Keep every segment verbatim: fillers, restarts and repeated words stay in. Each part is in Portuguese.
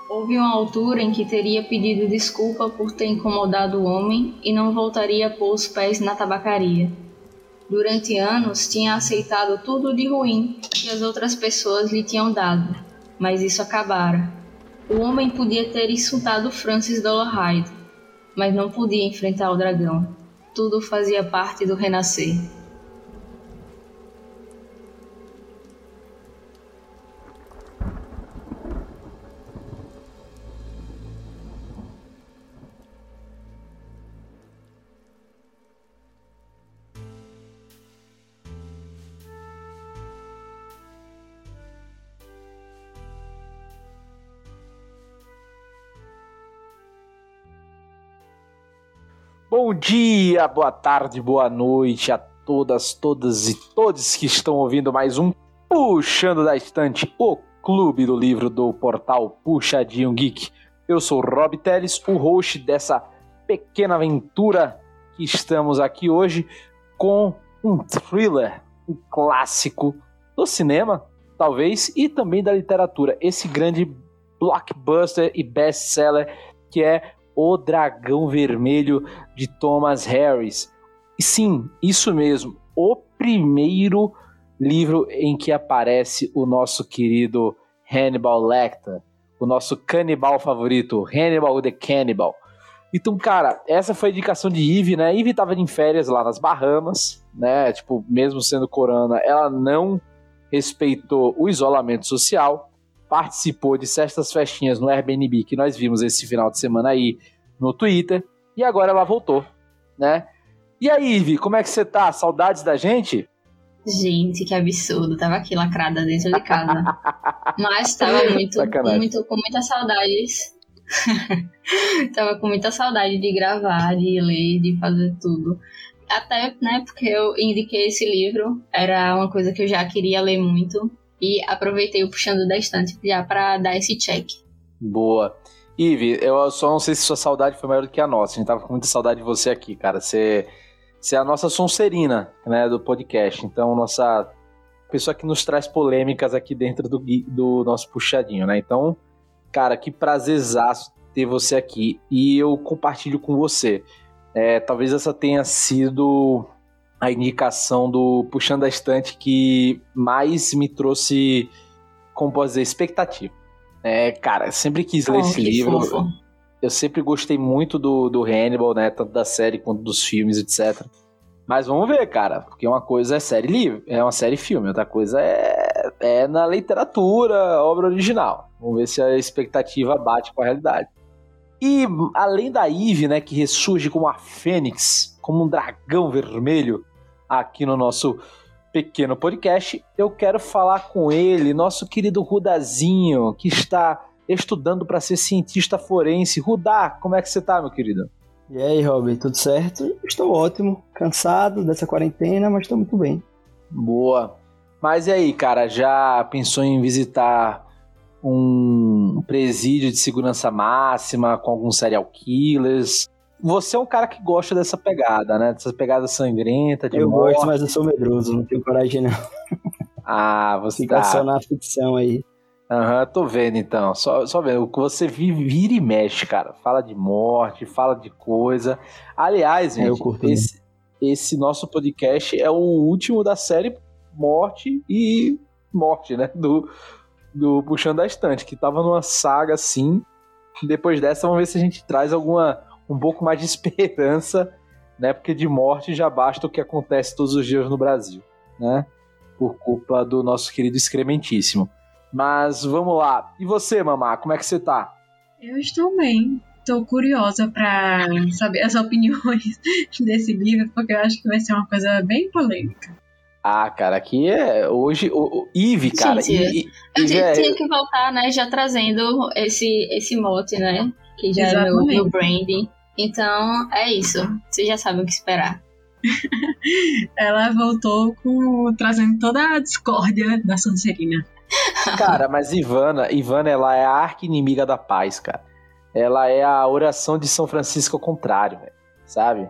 Houve uma altura em que teria pedido desculpa por ter incomodado o homem e não voltaria a pôr os pés na tabacaria. Durante anos tinha aceitado tudo de ruim que as outras pessoas lhe tinham dado, mas isso acabara. O homem podia ter insultado Francis Dolarhyde, mas não podia enfrentar o dragão. Tudo fazia parte do renascer. Bom dia, boa tarde, boa noite a todas, todas e todos que estão ouvindo mais um Puxando da Estante, o clube do livro do portal Puxadinho Geek. Eu sou o Rob Teles, o host dessa pequena aventura que estamos aqui hoje com um thriller, um clássico do cinema, talvez, e também da literatura. Esse grande blockbuster e best-seller que é O Dragão Vermelho, de Thomas Harris. E sim, isso mesmo, o primeiro livro em que aparece o nosso querido Hannibal Lecter, o nosso canibal favorito, Hannibal the Cannibal. Então, cara, essa foi a indicação de Eve, né? Eve tava em férias lá nas Bahamas, né? Tipo, mesmo sendo corona, ela não respeitou o isolamento social, participou de certas festinhas no Airbnb que nós vimos esse final de semana aí no Twitter, e agora ela voltou, né? E aí, Ivy, como é que você tá? Saudades da gente? Gente, que absurdo. Tava aqui lacrada dentro de casa. Mas tava muito, muito, com muitas saudades. Tava com muita saudade de gravar, de ler, de fazer tudo. Até, né, porque eu indiquei esse livro, era uma coisa que eu já queria ler muito. E aproveitei o Puxando da Estante já pra dar esse check. Boa. Ivy, eu só não sei se sua saudade foi maior do que a nossa. A gente tava com muita saudade de você aqui, cara. Você, você é a nossa Sonserina, né, do podcast. Então, nossa pessoa que nos traz polêmicas aqui dentro do, do nosso puxadinho, né? Então, cara, que prazerzaço ter você aqui. E eu compartilho com você. É, talvez essa tenha sido a indicação do Puxando da Estante que mais me trouxe, como posso dizer, expectativa. É, cara, eu sempre quis ler oh, esse livro. Fofo. Eu sempre gostei muito do, do Hannibal, né? Tanto da série quanto dos filmes, etcétera. Mas vamos ver, cara. Porque uma coisa é série livro, é uma série filme. Outra coisa é, é na literatura, obra original. Vamos ver se a expectativa bate com a realidade. E além da Eve, né? Que ressurge como a Fênix, como um dragão vermelho, aqui no nosso pequeno podcast, eu quero falar com ele, nosso querido Rudazinho, que está estudando para ser cientista forense. Rudá, como é que você tá, meu querido? E aí, Rob, tudo certo? Estou ótimo, cansado dessa quarentena, mas estou muito bem. Boa. Mas e aí, cara, já pensou em visitar um presídio de segurança máxima com alguns serial killers? Você é um cara que gosta dessa pegada, né? Dessa pegada sangrenta, de Eu morte. gosto, mas eu sou medroso, não tenho coragem não. Ah, você Fica tá... só na ficção aí. Aham, uhum, tô vendo então. Só, só vendo. O que você vive, vira e mexe, cara. Fala de morte, fala de coisa. Aliás, gente, é, esse, esse nosso podcast é o último da série Morte e Morte, né? Do, do Puxando da Estante, que tava numa saga assim. Depois dessa, vamos ver se a gente traz alguma... um pouco mais de esperança, né? Porque de morte já basta o que acontece todos os dias no Brasil, né? Por culpa do nosso querido excrementíssimo. Mas vamos lá. E você, Mamá, como é que você tá? Eu estou bem. Estou curiosa para saber as opiniões desse livro, porque eu acho que vai ser uma coisa bem polêmica. Ah, cara, aqui é... Hoje, o, o Eve, cara... Gente, e, eu e, tinha, é... tinha que voltar, né? Já trazendo esse, esse mote, né? Que já Exatamente. é meu, meu branding. Então, é isso. Vocês já sabem o que esperar. Ela voltou com, trazendo toda a discórdia da Sonserina. Cara, mas Ivana, Ivana, ela é a arqui-inimiga da paz, cara. Ela é a oração de São Francisco ao contrário, véio, sabe?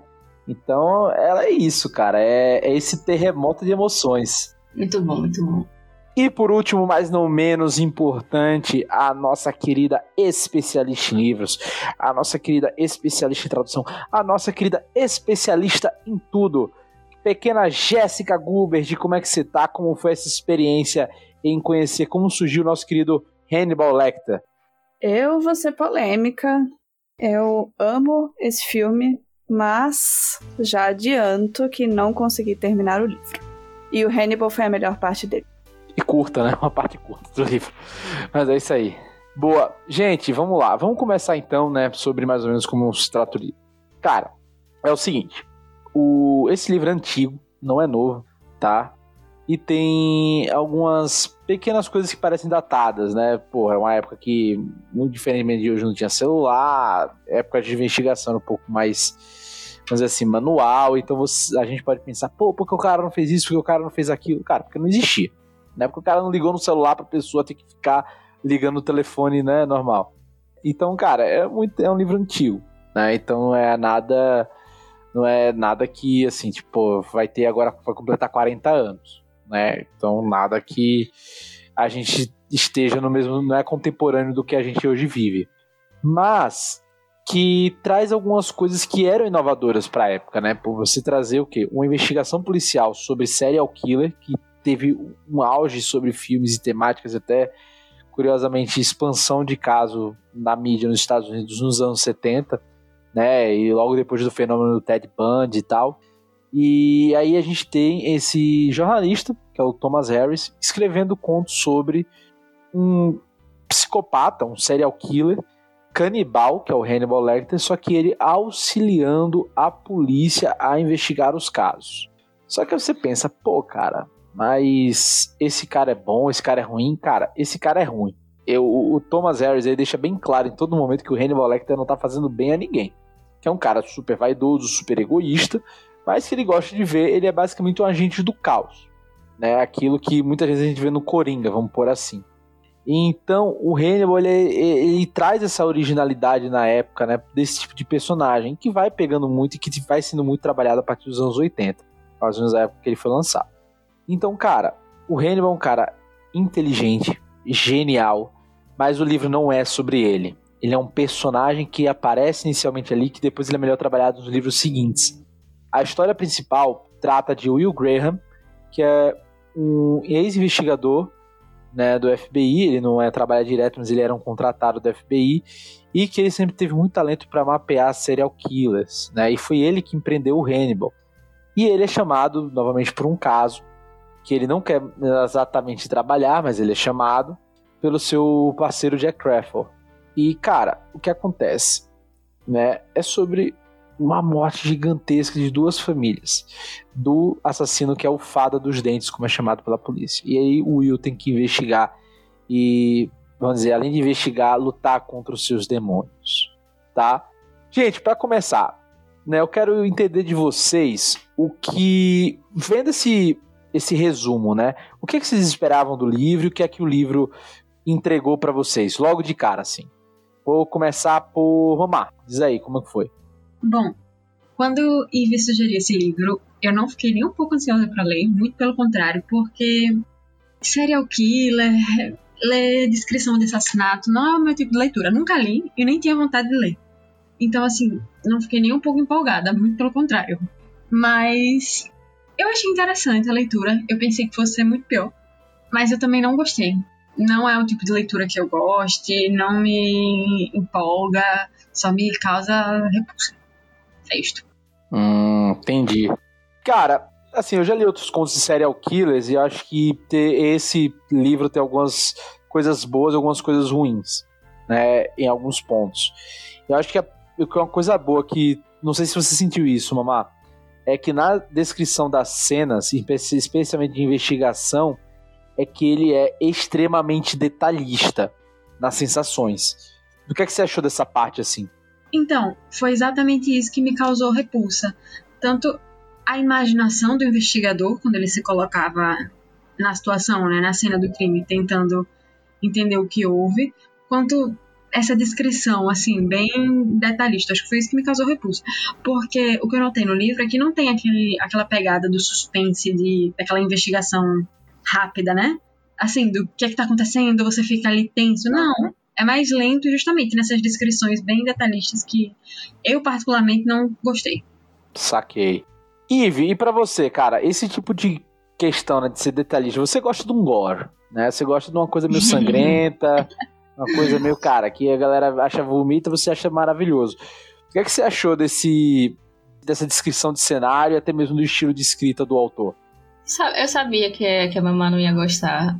Então, ela é isso, cara. É, é esse terremoto de emoções. Muito bom, muito bom. E por último, mas não menos importante, a nossa querida especialista em livros, a nossa querida especialista em tradução, a nossa querida especialista em tudo. Pequena Jéssica Gubert, como é que você tá? Como foi essa experiência em conhecer como surgiu o nosso querido Hannibal Lecter? Eu vou ser polêmica, eu amo esse filme, mas já adianto que não consegui terminar o livro. E o Hannibal foi a melhor parte dele. E curta, né? Uma parte curta do livro. Mas é isso aí. Boa. Gente, vamos lá. Vamos começar então, né? Sobre mais ou menos como se trata o livro. Cara, é o seguinte. O... Esse livro é antigo, não é novo, tá? E tem algumas pequenas coisas que parecem datadas, né? Pô, é uma época que, muito diferentemente de hoje, não tinha celular. Época de investigação um pouco mais, vamos dizer assim, manual. Então você... a gente pode pensar, pô, por que o cara não fez isso? Por que o cara não fez aquilo? Cara, porque não existia. Né? Porque o cara não ligou no celular pra pessoa ter que ficar ligando o telefone, né, normal. Então, cara, é, muito, é um livro antigo, né? Então não é nada, não é nada que, assim, tipo, vai ter agora, vai completar quarenta anos, né? Então nada que a gente esteja no mesmo, não é contemporâneo do que a gente hoje vive. Mas que traz algumas coisas que eram inovadoras pra época, né? Por você trazer o quê? Uma investigação policial sobre serial killer, que teve um auge sobre filmes e temáticas, até, curiosamente, expansão de caso na mídia nos Estados Unidos nos anos setenta, né, e logo depois do fenômeno do Ted Bundy e tal. E aí a gente tem esse jornalista, que é o Thomas Harris, escrevendo contos sobre um psicopata, um serial killer, canibal, que é o Hannibal Lecter, só que ele auxiliando a polícia a investigar os casos. Só que você pensa, pô, cara, mas esse cara é bom, esse cara é ruim? Cara, esse cara é ruim. Eu, o Thomas Harris ele deixa bem claro em todo momento que o Hannibal Lecter não tá fazendo bem a ninguém. Que é um cara super vaidoso, super egoísta, mas que ele gosta de ver, ele é basicamente um agente do caos. Né? Aquilo que muitas vezes a gente vê no Coringa, vamos pôr assim. Então, o Hannibal, ele, ele, ele traz essa originalidade na época, né, desse tipo de personagem, que vai pegando muito e que vai sendo muito trabalhado a partir dos anos oitenta, mais ou menos a época que ele foi lançado. Então, cara, o Hannibal é um cara inteligente, genial, mas o livro não é sobre ele. Ele é um personagem que aparece inicialmente ali, que depois ele é melhor trabalhado nos livros seguintes. A história principal trata de Will Graham, que é um ex-investigador, né, do F B I. Ele não é trabalhar direto, mas ele era um contratado do F B I, e que ele sempre teve muito talento para mapear serial killers, né, e foi ele que empreendeu o Hannibal. E ele é chamado, novamente, por um caso, que ele não quer exatamente trabalhar, mas ele é chamado pelo seu parceiro Jack Crawford. E, cara, o que acontece, né, é sobre uma morte gigantesca de duas famílias, do assassino que é o Fada dos Dentes, como é chamado pela polícia. E aí o Will tem que investigar e, vamos dizer, além de investigar, lutar contra os seus demônios, tá? Gente, pra começar, né, eu quero entender de vocês o que, vendo esse, esse resumo, né, o que, é que vocês esperavam do livro, o que é que o livro entregou pra vocês, logo de cara, assim. Vou começar por Mamá, diz aí, como é que foi? Bom, quando Ivy sugeriu esse livro, eu não fiquei nem um pouco ansiosa para ler, muito pelo contrário, porque serial killer, ler descrição de assassinato não é o meu tipo de leitura. Nunca li e nem tinha vontade de ler. Então, assim, não fiquei nem um pouco empolgada, muito pelo contrário. Mas eu achei interessante a leitura, eu pensei que fosse ser muito pior, mas eu também não gostei. Não é o tipo de leitura que eu goste, não me empolga, só me causa repulsa. É isto. Hum, entendi. Cara, assim, eu já li outros contos de serial killers e acho que ter esse livro tem algumas coisas boas e algumas coisas ruins, né, em alguns pontos. Eu acho que é uma coisa boa que, não sei se você sentiu isso, Mamá, é que na descrição das cenas, especialmente de investigação, é que ele é extremamente detalhista nas sensações. Do que é que você achou dessa parte, assim? Então, foi exatamente isso que me causou repulsa. Tanto a imaginação do investigador, quando ele se colocava na situação, né, na cena do crime, tentando entender o que houve, quanto essa descrição, assim, bem detalhista. Acho que foi isso que me causou repulsa. Porque o que eu notei no livro é que não tem aquele, aquela pegada do suspense, de, daquela investigação rápida, né? assim, do que é que tá acontecendo, você fica ali tenso. Não, é mais lento justamente nessas descrições bem detalhistas que eu particularmente não gostei. Saquei. Ive, e pra você, cara, esse tipo de questão, né, de ser detalhista, você gosta de um gore, né? Você gosta de uma coisa meio sangrenta, uma coisa meio, cara, que a galera acha vomita, você acha maravilhoso. O que é que você achou desse, dessa descrição de cenário, até mesmo do estilo de escrita do autor? Eu sabia que a, que a Mamá não ia gostar,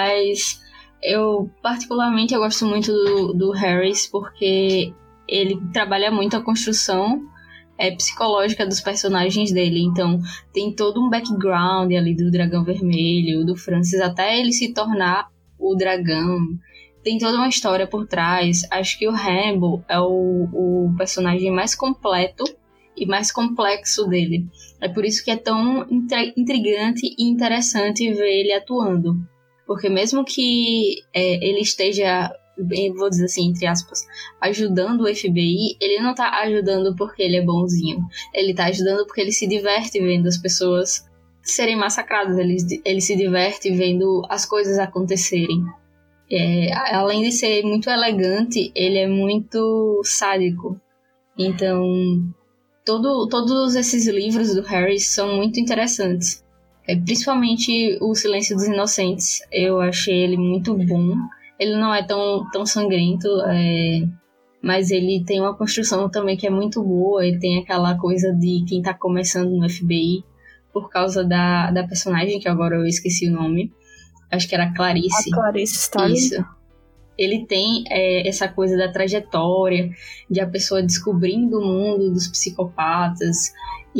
mas eu, particularmente, eu gosto muito do, do Harris, porque ele trabalha muito a construção é, psicológica dos personagens dele. Então, tem todo um background ali do Dragão Vermelho, do Francis, até ele se tornar o dragão. Tem toda uma história por trás. Acho que o Hannibal é o, o personagem mais completo e mais complexo dele. É por isso que é tão intrigante e interessante ver ele atuando. Porque mesmo que é, ele esteja, vou dizer assim, entre aspas, ajudando o F B I, ele não tá ajudando porque ele é bonzinho. Ele tá ajudando porque ele se diverte vendo as pessoas serem massacradas. Ele, ele se diverte vendo as coisas acontecerem. É, além de ser muito elegante, ele é muito sádico. Então, todo, todos esses livros do Harris são muito interessantes. É, principalmente O Silêncio dos Inocentes. Eu achei ele muito bom. Ele não é tão, tão sangrento, é, mas ele tem uma construção também que é muito boa. Ele tem aquela coisa de quem tá começando no F B I, por causa da, da personagem, que agora eu esqueci o nome. Acho que era Clarice. A Clarice Starling. Isso. Ele tem é, essa coisa da trajetória, de a pessoa descobrindo o mundo dos psicopatas.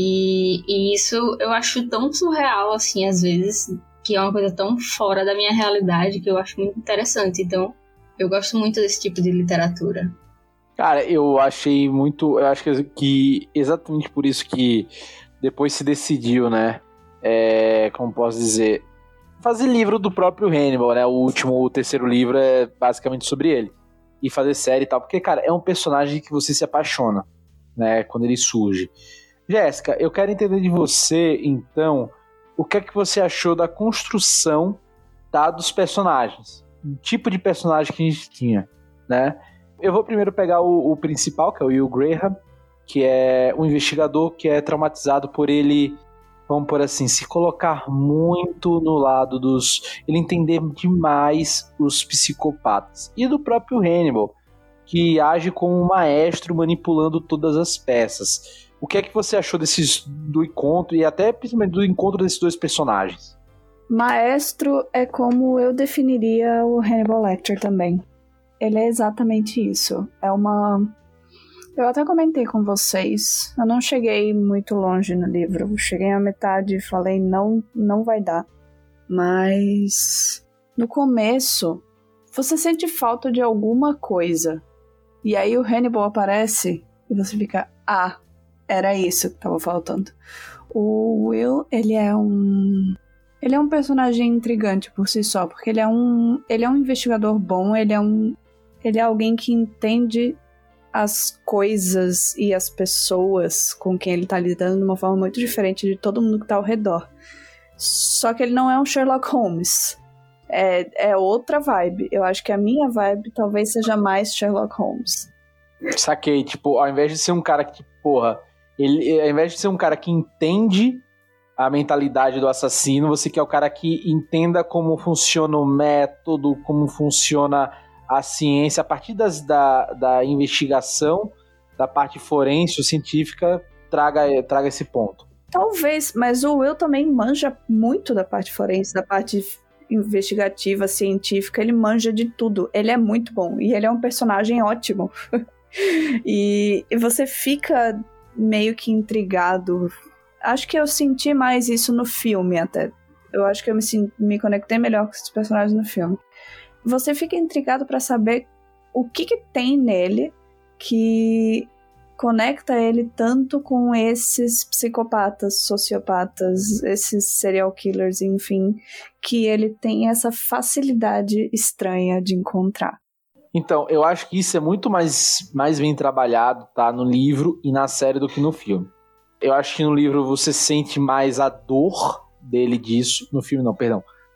E, e isso eu acho tão surreal, assim, às vezes, que é uma coisa tão fora da minha realidade, que eu acho muito interessante. Então, eu gosto muito desse tipo de literatura. Cara, eu achei muito... Eu acho que, que exatamente por isso que depois se decidiu, né? É, como posso dizer... fazer livro do próprio Hannibal, né? O último, o terceiro livro é basicamente sobre ele. E fazer série e tal. Porque, cara, é um personagem que você se apaixona, né? Quando ele surge. Jéssica, eu quero entender de você, então, o que é que você achou da construção, tá, dos personagens. O tipo de personagem que a gente tinha, né? Eu vou primeiro pegar o, o principal, que é o Will Graham, que é um investigador que é traumatizado por ele... vamos por assim, se colocar muito no lado dos... ele entender demais os psicopatas. E do próprio Hannibal, que age como um maestro manipulando todas as peças. O que é que você achou desses, do encontro, e até principalmente do encontro desses dois personagens? Maestro é como eu definiria o Hannibal Lecter também. Ele é exatamente isso. É uma... Eu até comentei com vocês, eu não cheguei muito longe no livro, eu cheguei à metade e falei, não, não vai dar. Mas no começo, você sente falta de alguma coisa. E aí o Hannibal aparece e você fica, ah, era isso que tava faltando. O Will, ele é um... ele é um personagem intrigante por si só, porque ele é um, ele é um investigador bom, ele é um, ele é alguém que entende as coisas e as pessoas com quem ele tá lidando de uma forma muito diferente de todo mundo que tá ao redor. Só que ele não é um Sherlock Holmes. É, é outra vibe. Eu acho que a minha vibe talvez seja mais Sherlock Holmes. Saquei, tipo, ao invés de ser um cara que, porra, ele, ao invés de ser um cara que entende a mentalidade do assassino, você quer o cara que entenda como funciona o método, como funciona a ciência, a partir das, da, da investigação, da parte forense ou científica, traga, traga esse ponto. Talvez, mas o Will também manja muito da parte forense, da parte investigativa, científica, ele manja de tudo. Ele é muito bom e ele é um personagem ótimo. e, e você fica meio que intrigado. Acho que eu senti mais isso no filme até. Eu acho que eu me, me conectei melhor com esses personagens no filme. Você fica intrigado pra saber o que que tem nele que conecta ele tanto com esses psicopatas, sociopatas, esses serial killers, enfim, que ele tem essa facilidade estranha de encontrar. Então, eu acho que isso é muito mais, mais bem trabalhado, tá, no livro e na série do que no filme. Eu acho que no livro você sente mais a dor dele disso, no filme não, perdão,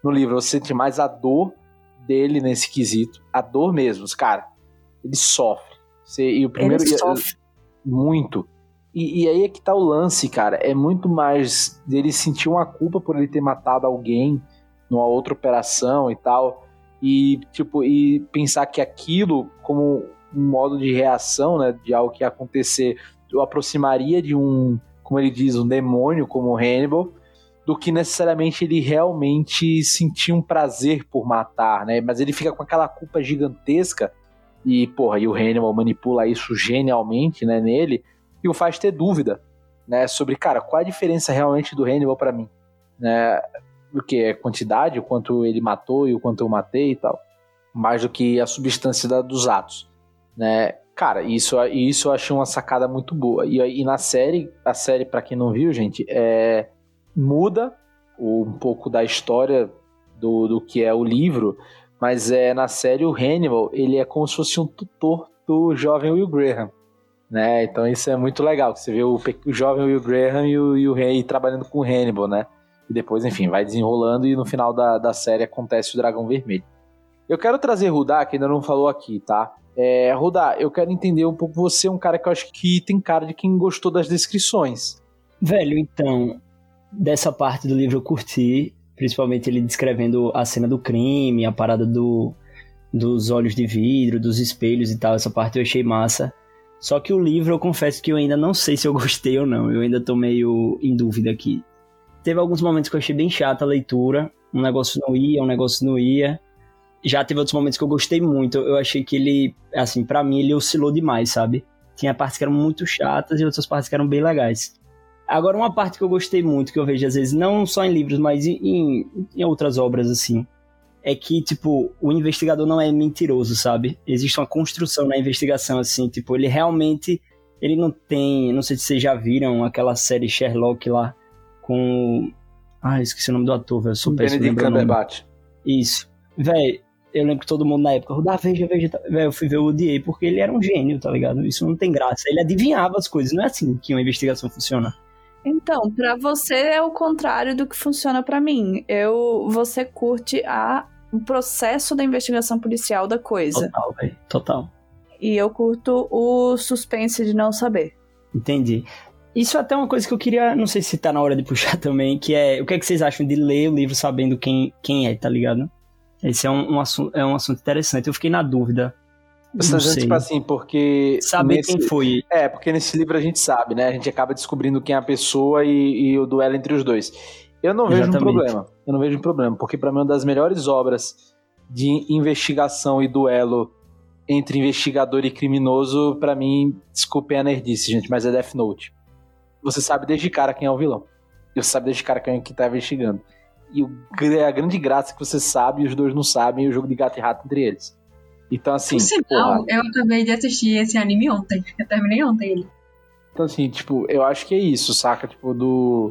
no livro você sente mais a dor dele nesse quesito. A dor mesmo, cara. Ele sofre. Você, e o primeiro, Ele sofre. Muito. E, e aí é que tá o lance, cara. É muito mais dele sentir uma culpa por ele ter matado alguém numa outra operação e tal. E, tipo, e pensar que aquilo, como um modo de reação, né, de algo que ia acontecer, o aproximaria de um, como ele diz, um demônio como o Hannibal, do que necessariamente ele realmente sentir um prazer por matar, né? Mas ele fica com aquela culpa gigantesca e, porra, e o Hannibal manipula isso genialmente, né, nele, e o faz ter dúvida, né, sobre, cara, qual a diferença realmente do Hannibal pra mim, né? O que é quantidade, o quanto ele matou e o quanto eu matei e tal, mais do que a substância da, dos atos, né? Cara, isso, isso eu achei uma sacada muito boa. E, e na série, a série, pra quem não viu, gente, é, muda um pouco da história do, do que é o livro, mas é, na série o Hannibal, ele é como se fosse um tutor do jovem Will Graham, né? Então isso é muito legal, que você vê o, o jovem Will Graham e o, e o Rei trabalhando com o Hannibal, né? E depois, enfim, vai desenrolando e no final da, da série acontece o Dragão Vermelho. Eu quero trazer Rudá, que ainda não falou aqui, tá? É, Rudá, eu quero entender um pouco, você é um cara que eu acho que tem cara de quem gostou das descrições. Velho, então, dessa parte do livro eu curti, principalmente ele descrevendo a cena do crime, a parada do, dos olhos de vidro, dos espelhos e tal, essa parte eu achei massa. Só que o livro, eu confesso que eu ainda não sei se eu gostei ou não, eu ainda tô meio em dúvida aqui. Teve alguns momentos que eu achei bem chata a leitura, um negócio não ia, um negócio não ia. Já teve outros momentos que eu gostei muito, eu achei que ele, assim, pra mim ele oscilou demais, sabe? Tinha partes que eram muito chatas e outras partes que eram bem legais. Agora, uma parte que eu gostei muito, que eu vejo às vezes, não só em livros, mas em, em, em outras obras, assim, é que, tipo, o investigador não é mentiroso, sabe? Existe uma construção na investigação, assim, tipo, ele realmente, ele não tem, não sei se vocês já viram aquela série Sherlock lá, com... Ah, esqueci o nome do ator, velho. Sou péssimo, Benedict Cumberbatch. Isso. Velho, eu lembro que todo mundo na época, ah, veja, veja, velho, eu fui ver o odiei porque ele era um gênio, tá ligado? Isso não tem graça. Ele adivinhava as coisas, não é assim que uma investigação funciona. Então, pra você é o contrário do que funciona pra mim. Eu, você curte a, o processo da investigação policial da coisa. Total, velho, total. E eu curto o suspense de não saber. Entendi. Isso é até uma coisa que eu queria, não sei se tá na hora de puxar também, que é, o que é que vocês acham de ler o livro sabendo quem, quem é, tá ligado? Esse é um, um, assunto, é um assunto interessante, eu fiquei na dúvida. Não sei. Tipo assim, porque... Saber nesse, quem foi. É, porque nesse livro a gente sabe, né? A gente acaba descobrindo quem é a pessoa e, e o duelo entre os dois. Eu não vejo Exatamente. um problema. Eu não vejo um problema, porque pra mim uma das melhores obras de investigação e duelo entre investigador e criminoso, pra mim, desculpem a nerdice, gente, mas é Death Note. Você sabe desde cara quem é o vilão. Você sabe desde cara quem é que tá investigando. E o, a grande graça é que você sabe e os dois não sabem, e o jogo de gato e rato entre eles. Então, assim... Por sinal, eu acabei de assistir esse anime ontem. Eu terminei ontem ele. Então, assim, tipo, eu acho que é isso, saca? Tipo, do...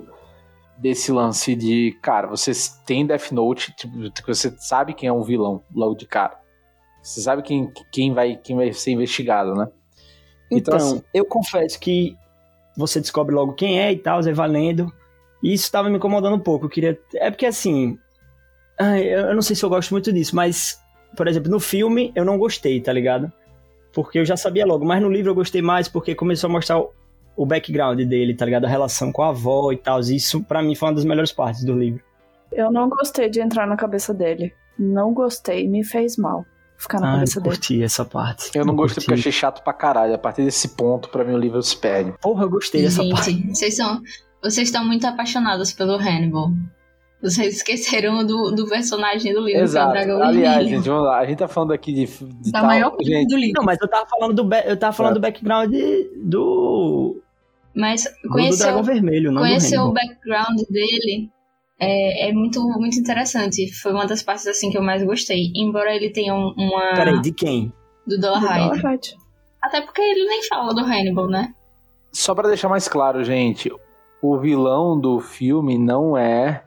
Desse lance de... Cara, você tem Death Note, tipo, você sabe quem é o vilão logo de cara. Você sabe quem, quem, vai, quem vai ser investigado, né? Então, Então assim, eu confesso que você descobre logo quem é e tal, vai valendo. E isso tava me incomodando um pouco. Eu queria... É porque, assim... Eu não sei se eu gosto muito disso, mas... Por exemplo, no filme eu não gostei, tá ligado? Porque eu já sabia logo. Mas no livro eu gostei mais porque começou a mostrar o, o background dele, tá ligado? A relação com a avó e tal. Isso, pra mim, foi uma das melhores partes do livro. Eu não gostei de entrar na cabeça dele. Não gostei. Me fez mal ficar na ah, cabeça eu dele. curti essa parte. Eu não eu gostei curti. porque achei chato pra caralho. A partir desse ponto, pra mim, o livro se perde. Porra, eu gostei dessa Gente, parte. vocês são, vocês estão muito apaixonados pelo Hannibal. Vocês esqueceram do, do personagem do livro, Exato. que é o Dragão Aliás, Vermelho. gente, vamos lá. A gente tá falando aqui de, de Da tal... maior parte gente, do livro. Não, mas eu tava falando do, ba- eu tava falando É. do background do... Mas do, do conhecer, Dragão o, Vermelho, não conhecer do o Hannibal. background dele é, é muito, muito interessante. Foi uma das partes assim que eu mais gostei. Embora ele tenha um- uma... Peraí, de quem? do Dolarhyde. Dolarhyde. Até porque ele nem fala do Hannibal, né? Só pra deixar mais claro, gente, o vilão do filme não é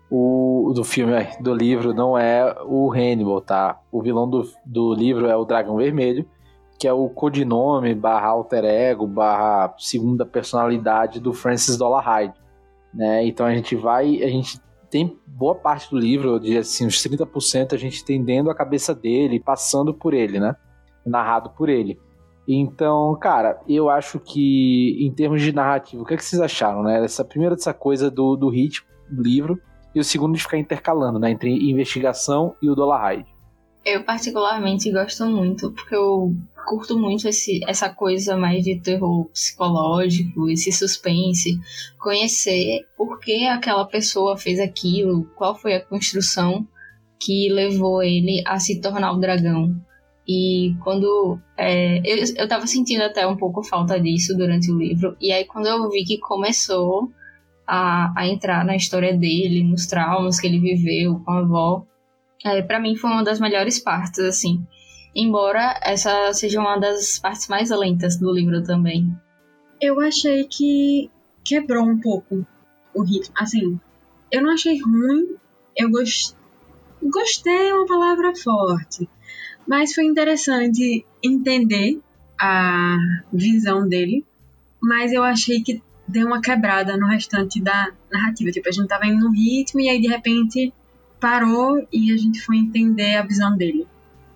o do filme, é, do livro não é o Hannibal, tá? O vilão do, do livro é o Dragão Vermelho, que é o codinome barra alter ego barra segunda personalidade do Francis Dolarhyde, né? Então a gente vai, a gente tem boa parte do livro, eu diria assim, uns trinta por cento a gente entendendo a cabeça dele, passando por ele, né? Narrado por ele. Então, cara, eu acho que em termos de narrativa, o que, é que vocês acharam, né? Essa primeira dessa coisa do, do ritmo do livro e o segundo de ficar intercalando, né? Entre investigação e o Dolarhyde. Eu particularmente gosto muito, porque eu curto muito esse, essa coisa mais de terror psicológico, esse suspense, conhecer por que aquela pessoa fez aquilo, qual foi a construção que levou ele a se tornar o dragão. E quando... É, eu, eu tava sentindo até um pouco falta disso durante o livro, e aí quando eu vi que começou a, a entrar na história dele, nos traumas que ele viveu com a avó, É, pra mim foi uma das melhores partes, assim. Embora essa seja uma das partes mais lentas do livro também. Eu achei que quebrou um pouco o ritmo. Assim, eu não achei ruim. Eu gost... gostei, é uma palavra forte. Mas foi interessante entender a visão dele. Mas eu achei que deu uma quebrada no restante da narrativa. Tipo, a gente tava indo no ritmo e aí de repente... parou e a gente foi entender a visão dele.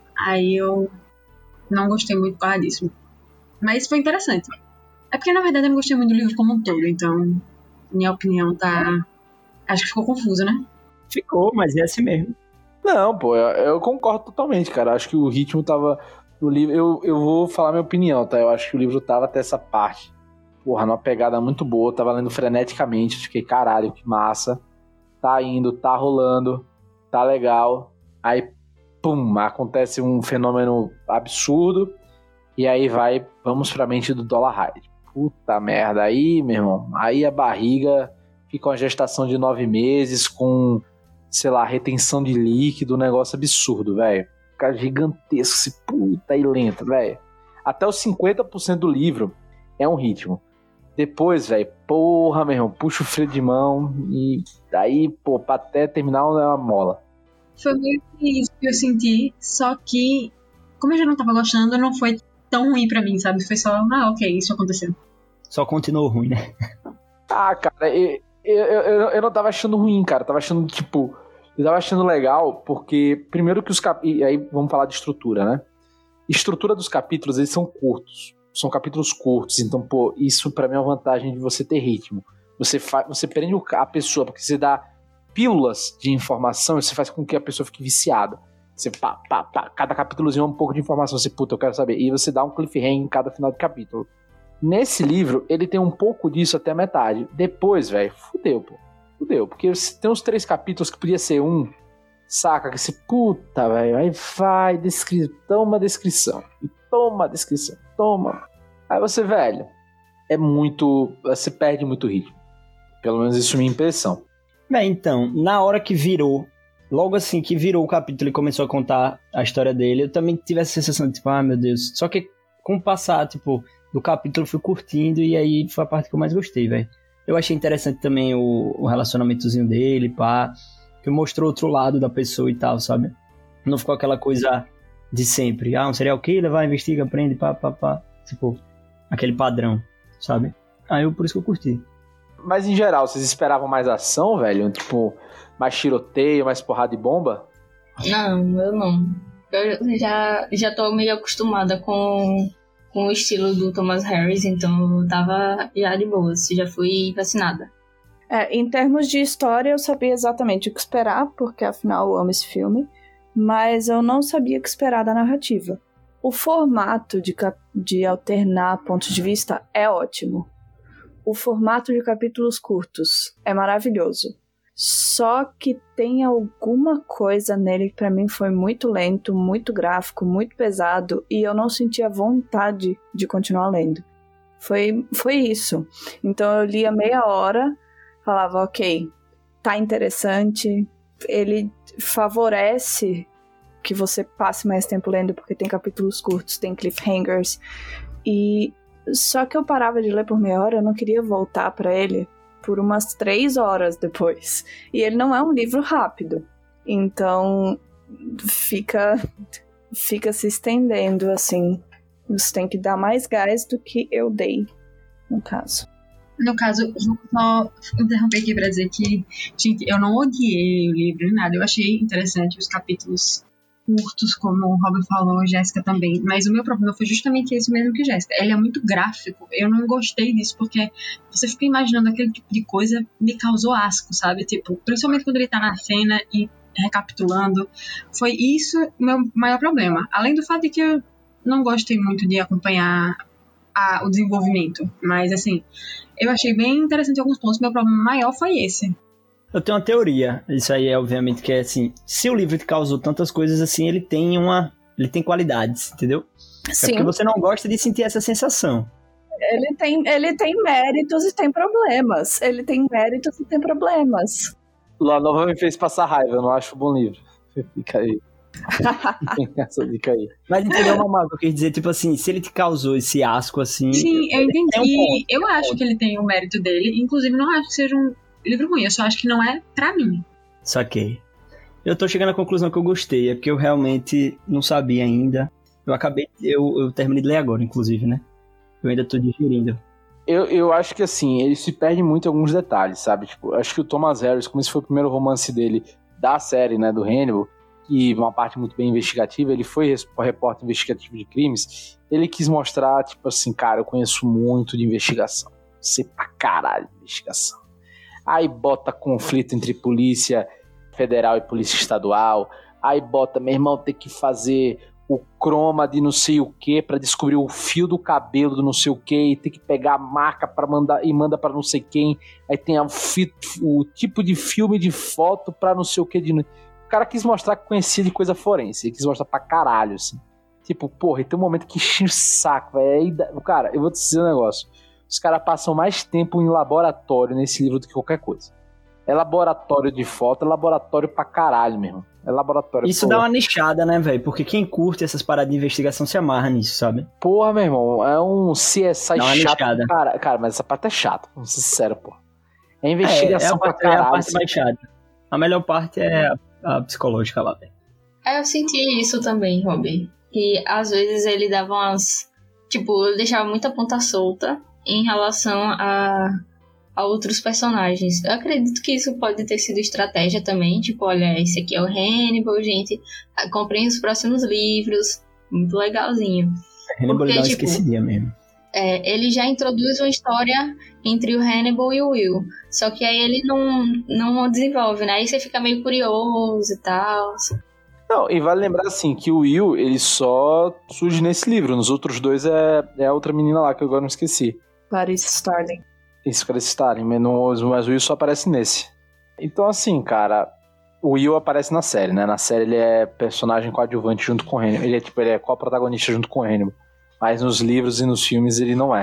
Aí eu não gostei muito por causa disso. Mas foi interessante. É porque, na verdade, eu não gostei muito do livro como um todo. Então, minha opinião tá... Acho que ficou confusa, né? Ficou, mas é assim mesmo. Não, pô, eu, eu concordo totalmente, cara. Acho que o ritmo tava... No livro, eu, eu vou falar minha opinião, tá? Eu acho que o livro tava até essa parte. Porra, numa pegada muito boa. Tava lendo freneticamente. Fiquei, caralho, que massa. Tá indo, tá rolando. Tá legal, aí pum, acontece um fenômeno absurdo, e aí vai, vamos pra mente do Dolarhyde. Puta merda, aí, meu irmão, aí a barriga fica uma gestação de nove meses com, sei lá, retenção de líquido, um negócio absurdo, velho. Fica gigantesco, esse puta e lento, velho. Até os cinquenta por cento do livro é um ritmo. Depois, velho, porra, meu irmão, puxa o freio de mão e daí, pô, pra até terminar é uma mola. Foi meio que isso que eu senti, só que, como eu já não tava gostando, não foi tão ruim pra mim, sabe? Foi só, ah, ok, isso aconteceu. Só continuou ruim, né? Ah, cara, eu, eu, eu, eu não tava achando ruim, cara. Eu tava achando, tipo, eu tava achando legal, porque, primeiro que os capítulos, aí vamos falar de estrutura, né? Estrutura dos capítulos, eles são curtos. São capítulos curtos, então, pô, isso pra mim é uma vantagem de você ter ritmo. Você, fa- você prende a pessoa, porque você dá pílulas de informação e você faz com que a pessoa fique viciada. Você pá, pá, pá, cada capítulozinho é um pouco de informação, você, puta, eu quero saber. E você dá um cliffhanger em cada final de capítulo. Nesse livro, ele tem um pouco disso até a metade. Depois, velho, fudeu, pô. Fudeu, porque tem uns três capítulos que podia ser um, saca? Que você, puta, velho, aí vai, descri- toma descrição. E toma descrição, toma. Aí você, velho, é muito... Você perde muito ritmo. Pelo menos isso é a minha impressão. Bem, então, na hora que virou, logo assim que virou o capítulo e começou a contar a história dele, eu também tive essa sensação de, tipo, ah, meu Deus. Só que com o passar, tipo, do capítulo eu fui curtindo e aí foi a parte que eu mais gostei, velho. Eu achei interessante também o, o relacionamentozinho dele, pá, que mostrou outro lado da pessoa e tal, sabe? Não ficou aquela coisa de sempre. Ah, um serial killer, vai, investiga, prende, pá, pá, pá. Tipo, aquele padrão, sabe? Aí eu, por isso que eu curti. Mas em geral, vocês esperavam mais ação, velho? Tipo, mais tiroteio, mais porrada e bomba? Não, eu não. Eu já, já tô meio acostumada com, com o estilo do Thomas Harris, então eu tava já de boa, já fui vacinada. É, em termos de história, eu sabia exatamente o que esperar, porque afinal eu amo esse filme, mas eu não sabia o que esperar da narrativa. O formato de, cap- de alternar pontos de vista é ótimo. O formato de capítulos curtos é maravilhoso. Só que tem alguma coisa nele que pra mim foi muito lento, muito gráfico, muito pesado, e eu não sentia vontade de continuar lendo. Foi, foi isso. Então eu lia meia hora, falava, ok, tá interessante, ele favorece que você passe mais tempo lendo, porque tem capítulos curtos, tem cliffhangers, e só que eu parava de ler por meia hora, eu não queria voltar pra ele por umas três horas depois. E ele não é um livro rápido, então fica, fica se estendendo, assim. Você tem que dar mais gás do que eu dei, no caso. No caso, vou só interromper aqui pra dizer que, gente, eu não odiei o livro nem nada. Eu achei interessante os capítulos curtos, como o Robin falou, Jéssica também. Mas o meu problema foi justamente esse mesmo que Jéssica. Ele é muito gráfico. Eu não gostei disso, porque você fica imaginando aquele tipo de coisa, me causou asco, sabe? Tipo, principalmente quando ele tá na cena e recapitulando. Foi isso o meu maior problema. Além do fato de que eu não gostei muito de acompanhar a, o desenvolvimento. Mas, assim, eu achei bem interessante alguns pontos. Meu problema maior foi esse. Eu tenho uma teoria. Isso aí é, obviamente, que é assim... Se o livro te causou tantas coisas assim, ele tem uma... Ele tem qualidades, entendeu? Sim. É porque você não gosta de sentir essa sensação. Ele tem, ele tem méritos e tem problemas. Ele tem méritos e tem problemas. Lua Nova me fez passar raiva. Eu não acho um bom livro. Fica aí. Essa dica aí. Mas entendeu, Mamaco? Eu quis dizer, tipo assim, se ele te causou esse asco, assim... Sim, eu entendi. É um ponto, eu é um acho ponto. que ele tem o mérito dele. Inclusive, não acho que seja um livro ruim. Eu só acho que não é pra mim. Saquei. Eu tô chegando à conclusão que eu gostei. É porque eu realmente não sabia ainda. Eu acabei... Eu, eu terminei de ler agora, inclusive, né? Eu ainda tô digerindo. Eu, eu acho que, assim, ele se perde muito em alguns detalhes, sabe? Tipo, acho que o Thomas Harris, como esse foi o primeiro romance dele da série, né, do Hannibal, e uma parte muito bem investigativa, ele foi repórter investigativo de crimes, ele quis mostrar, tipo assim, cara, eu conheço muito de investigação. Sei pra caralho de investigação. Aí bota conflito entre polícia federal e polícia estadual, aí bota, meu irmão, tem que fazer o croma de não sei o que pra descobrir o fio do cabelo do não sei o que, e tem que pegar a marca pra mandar, e manda pra não sei quem, aí tem a, o tipo de filme de foto pra não sei o que. De... O cara quis mostrar que conhecia de coisa forense, ele quis mostrar pra caralho, assim. Tipo, porra, e tem um momento que enche o saco, velho. Cara, eu vou te dizer um negócio. Os caras passam mais tempo em laboratório nesse livro do que qualquer coisa. É laboratório de foto, é laboratório pra caralho, mesmo. É laboratório. Isso porra. dá uma nichada, né, velho? Porque quem curte essas paradas de investigação se amarra nisso, sabe? Porra, meu irmão, é um C S I dá uma chato. nichada. Cara, cara, mas essa parte é chata, vamos ser sincero, porra. É investigação é, é a pra parte, caralho. É a parte assim. mais chata. A melhor parte é a, a psicológica lá, velho. É, eu senti isso também, Robin. Que às vezes ele dava umas... Tipo, ele deixava muita ponta solta em relação a, a outros personagens. Eu acredito que isso pode ter sido estratégia também. Tipo, olha, esse aqui é o Hannibal, gente. Comprem os próximos livros. Muito legalzinho. Hannibal Porque, dá uma tipo, esquecidinha mesmo. É, ele já introduz uma história entre o Hannibal e o Will. Só que aí ele não, não desenvolve, né? Aí você fica meio curioso e tal. Não, e vale lembrar assim que o Will, ele só surge nesse livro. Nos outros dois é, é a outra menina lá que eu agora não esqueci. Clarice Starling. Isso, Clarice Starling, mas, não, mas o Will só aparece nesse. Então assim, cara, o Will aparece na série, né? Na série ele é personagem coadjuvante junto com o Hannibal. Ele é tipo, ele é co-protagonista junto com o Hannibal. Mas nos livros e nos filmes ele não é.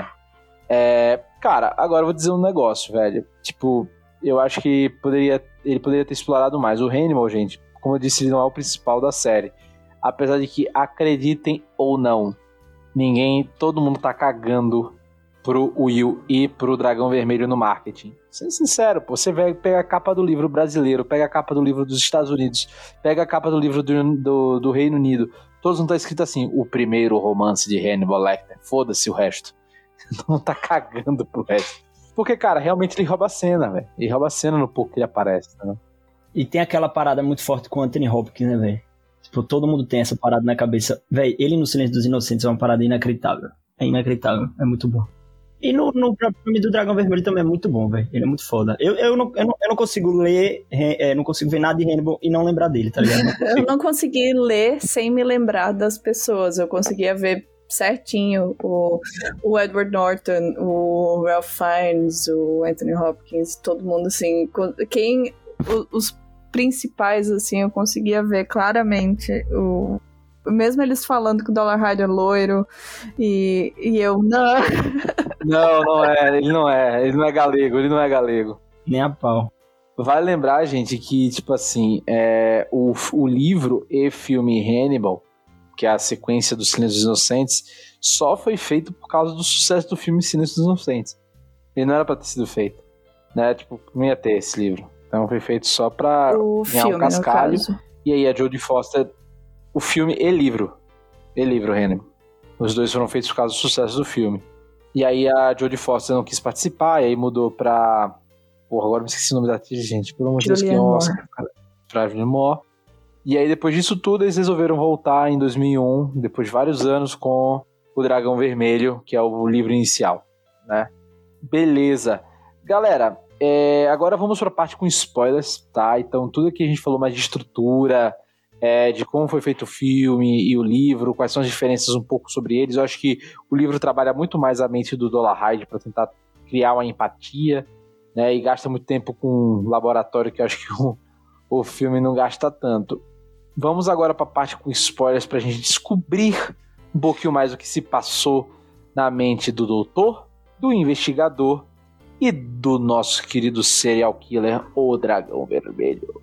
É, cara, agora eu vou dizer um negócio, velho. Tipo, eu acho que poderia, ele poderia ter explorado mais. O Hannibal, gente, como eu disse, ele não é o principal da série. Apesar de que, acreditem ou não, ninguém, todo mundo tá cagando pro Will e pro Dragão Vermelho no marketing. Sendo sincero, pô, você vai pegar a capa do livro brasileiro, pega a capa do livro dos Estados Unidos, pega a capa do livro do, do, do Reino Unido, todos não tá escrito assim, o primeiro romance de Hannibal Lecter, foda-se o resto. Não tá cagando pro resto. Porque, cara, realmente ele rouba a cena, velho. Ele rouba a cena no pouco que ele aparece, né? E tem aquela parada muito forte com o Anthony Hopkins, né, velho? Tipo, todo mundo tem essa parada na cabeça. Velho, ele no Silêncio dos Inocentes é uma parada inacreditável. É inacreditável, é muito bom. E no, no próprio filme do Dragão Vermelho também é muito bom, velho. Ele é muito foda. Eu, eu, não, eu, não, eu não consigo ler, é, não consigo ver nada de Hannibal e não lembrar dele, tá ligado? Não Eu não consegui ler sem me lembrar das pessoas. Eu conseguia ver certinho o, o Edward Norton, o Ralph Fiennes, o Anthony Hopkins, todo mundo assim. Quem, os principais, assim, eu conseguia ver claramente o... Mesmo eles falando que o Dollar Hyde é loiro, e, e eu, não. Não, não é, ele não é, ele não é galego, ele não é galego. Nem a pau. Vale lembrar, gente, que, tipo assim, é, o, o livro e filme Hannibal, que é a sequência do Silêncio dos Inocentes, só foi feito por causa do sucesso do filme Silêncio dos Inocentes. Ele não era pra ter sido feito, né? Tipo, não ia ter esse livro. Então foi feito só pra o ganhar filme, um cascalho. No caso. E aí a Jodie Foster... O filme e livro. E livro, Hannibal. Os dois foram feitos por causa do sucesso do filme. E aí a Jodie Foster não quis participar, e aí mudou pra... Porra, agora me esqueci o nome da atriz, gente. Pelo amor de Deus, que é Oscar. Pra Julianne Moore. E aí depois disso tudo, eles resolveram voltar em dois mil e um, depois de vários anos, com O Dragão Vermelho, que é o livro inicial, né? Beleza. Galera, é... agora vamos pra parte com spoilers, tá? Então tudo que a gente falou mais de estrutura... É, de como foi feito o filme e o livro, quais são as diferenças um pouco sobre eles. Eu acho que o livro trabalha muito mais a mente do Dolarhyde para tentar criar uma empatia, né, e gasta muito tempo com um laboratório que eu acho que o, o filme não gasta tanto. Vamos agora para a parte com spoilers para a gente descobrir um pouquinho mais o que se passou na mente do doutor, do investigador e do nosso querido serial killer, o Dragão Vermelho.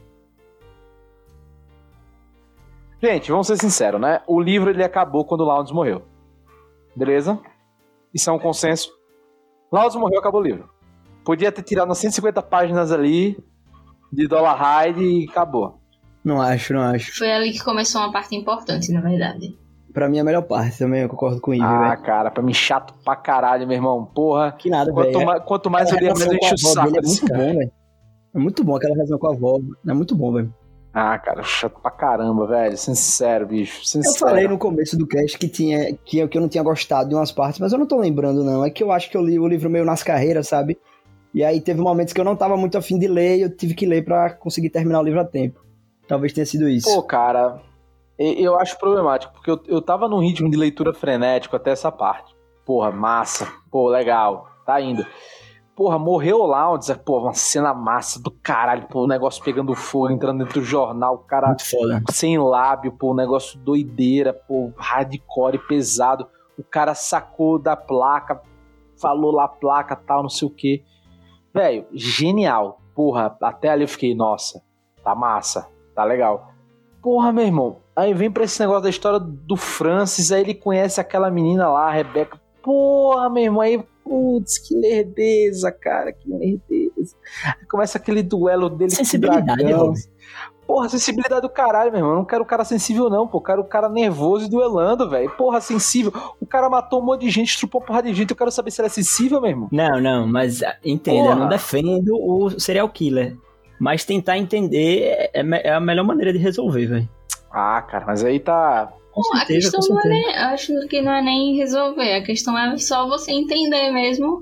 Gente, vamos ser sinceros, né? O livro ele acabou quando o Lowndes morreu. Beleza? Isso é um consenso. Lowndes morreu, acabou o livro. Podia ter tirado umas cento e cinquenta páginas ali de Dolarhyde e acabou. Não acho, não acho. Foi ali que começou uma parte importante, na verdade. Pra mim, a melhor parte também, eu concordo com o Ivo, Ah, véio. cara, pra mim chato pra caralho, meu irmão. Porra. Que nada, quanto velho. mais, quanto mais eu lia, mais eu enchi o saco É desse muito cara. bom, velho. É muito bom aquela relação com a avó. É muito bom, velho. Ah, cara, chato pra caramba, velho. Sincero, bicho. Sincero. Eu falei no começo do cast que, tinha, que, eu, que eu não tinha gostado de umas partes, mas eu não tô lembrando, não. É que eu acho que eu li o livro meio nas carreiras, sabe? E aí teve momentos que eu não tava muito afim de ler e eu tive que ler pra conseguir terminar o livro a tempo. Talvez tenha sido isso. Pô, cara, eu acho problemático, porque eu, eu tava num ritmo de leitura frenético até essa parte. Porra, massa. Pô, legal. Tá indo. Porra, morreu o Lowndes, pô, uma cena massa do caralho, pô, o negócio pegando fogo, entrando dentro do jornal, o cara Muito foda. sem lábio, pô, um negócio doideira, pô, hardcore, pesado. O cara sacou da placa, falou lá a placa, tal, não sei o quê. Velho, genial. Porra, até ali eu fiquei, nossa, tá massa, tá legal. Porra, meu irmão, aí vem pra esse negócio da história do Francis, aí ele conhece aquela menina lá, a Rebecca. Porra, meu irmão, aí, putz, que lerdeza, cara, que lerdeza. Aí começa aquele duelo dele com o Sensibilidade, dragão. Rob. Porra, sensibilidade do caralho, meu irmão. Eu não quero o cara sensível, não, pô. Eu quero o cara nervoso e duelando, velho. Porra, sensível. O cara matou um monte de gente, estrupou porra de gente. Eu quero saber se ele é sensível, meu irmão. Não, não, mas ah, entenda, Porra. eu não defendo o serial killer. Mas tentar entender é, é a melhor maneira de resolver, velho. Ah, cara, mas aí tá... Com Bom, a certeza, questão com não é certeza. nem, acho que não é nem resolver, a questão é só você entender mesmo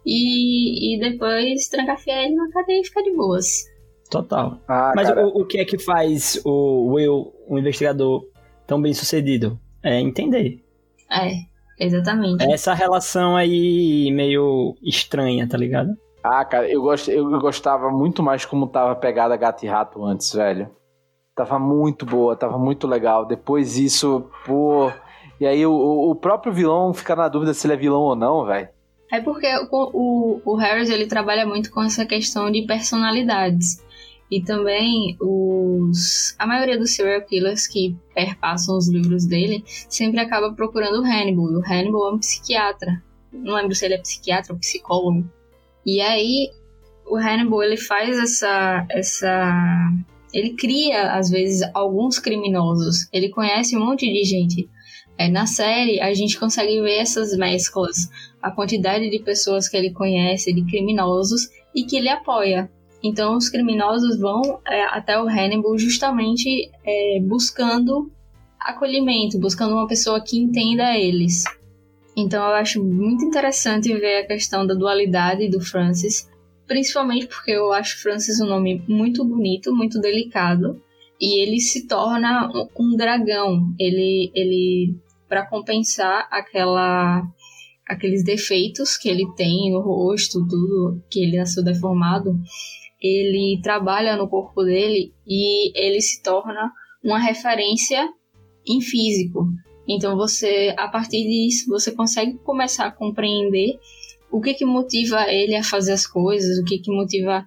e, e depois trancafiar ele na cadeia e ficar de boas. Total. Ah, Mas cara. o, o que é que faz o Will, o investigador, tão bem sucedido? É entender. É, exatamente. É essa relação aí meio estranha, tá ligado? Ah, cara, eu, gost... eu gostava muito mais como tava pegada Gato e Rato antes, velho. Tava muito boa, tava muito legal. Depois isso, pô... E aí o, o próprio vilão fica na dúvida se ele é vilão ou não, velho. É porque o, o, o Harris, ele trabalha muito com essa questão de personalidades. E também os, a maioria dos serial killers que perpassam os livros dele sempre acaba procurando o Hannibal. E o Hannibal é um psiquiatra. Não lembro se ele é psiquiatra ou psicólogo. E aí o Hannibal, ele faz essa... essa ele cria, às vezes, alguns criminosos. Ele conhece um monte de gente. É, na série, a gente consegue ver essas mesclas. A quantidade de pessoas que ele conhece, de criminosos, e que ele apoia. Então, os criminosos vão é, até o Hannibal justamente é, buscando acolhimento, buscando uma pessoa que entenda eles. Então, eu acho muito interessante ver a questão da dualidade do Francis, principalmente porque eu acho Francis um nome muito bonito, muito delicado, e ele se torna um, um dragão. Ele, ele para compensar aquela, aqueles defeitos que ele tem no rosto, tudo que ele nasceu deformado, ele trabalha no corpo dele e ele se torna uma referência em físico. Então, você, a partir disso, você consegue começar a compreender o que que motiva ele a fazer as coisas, o que que motiva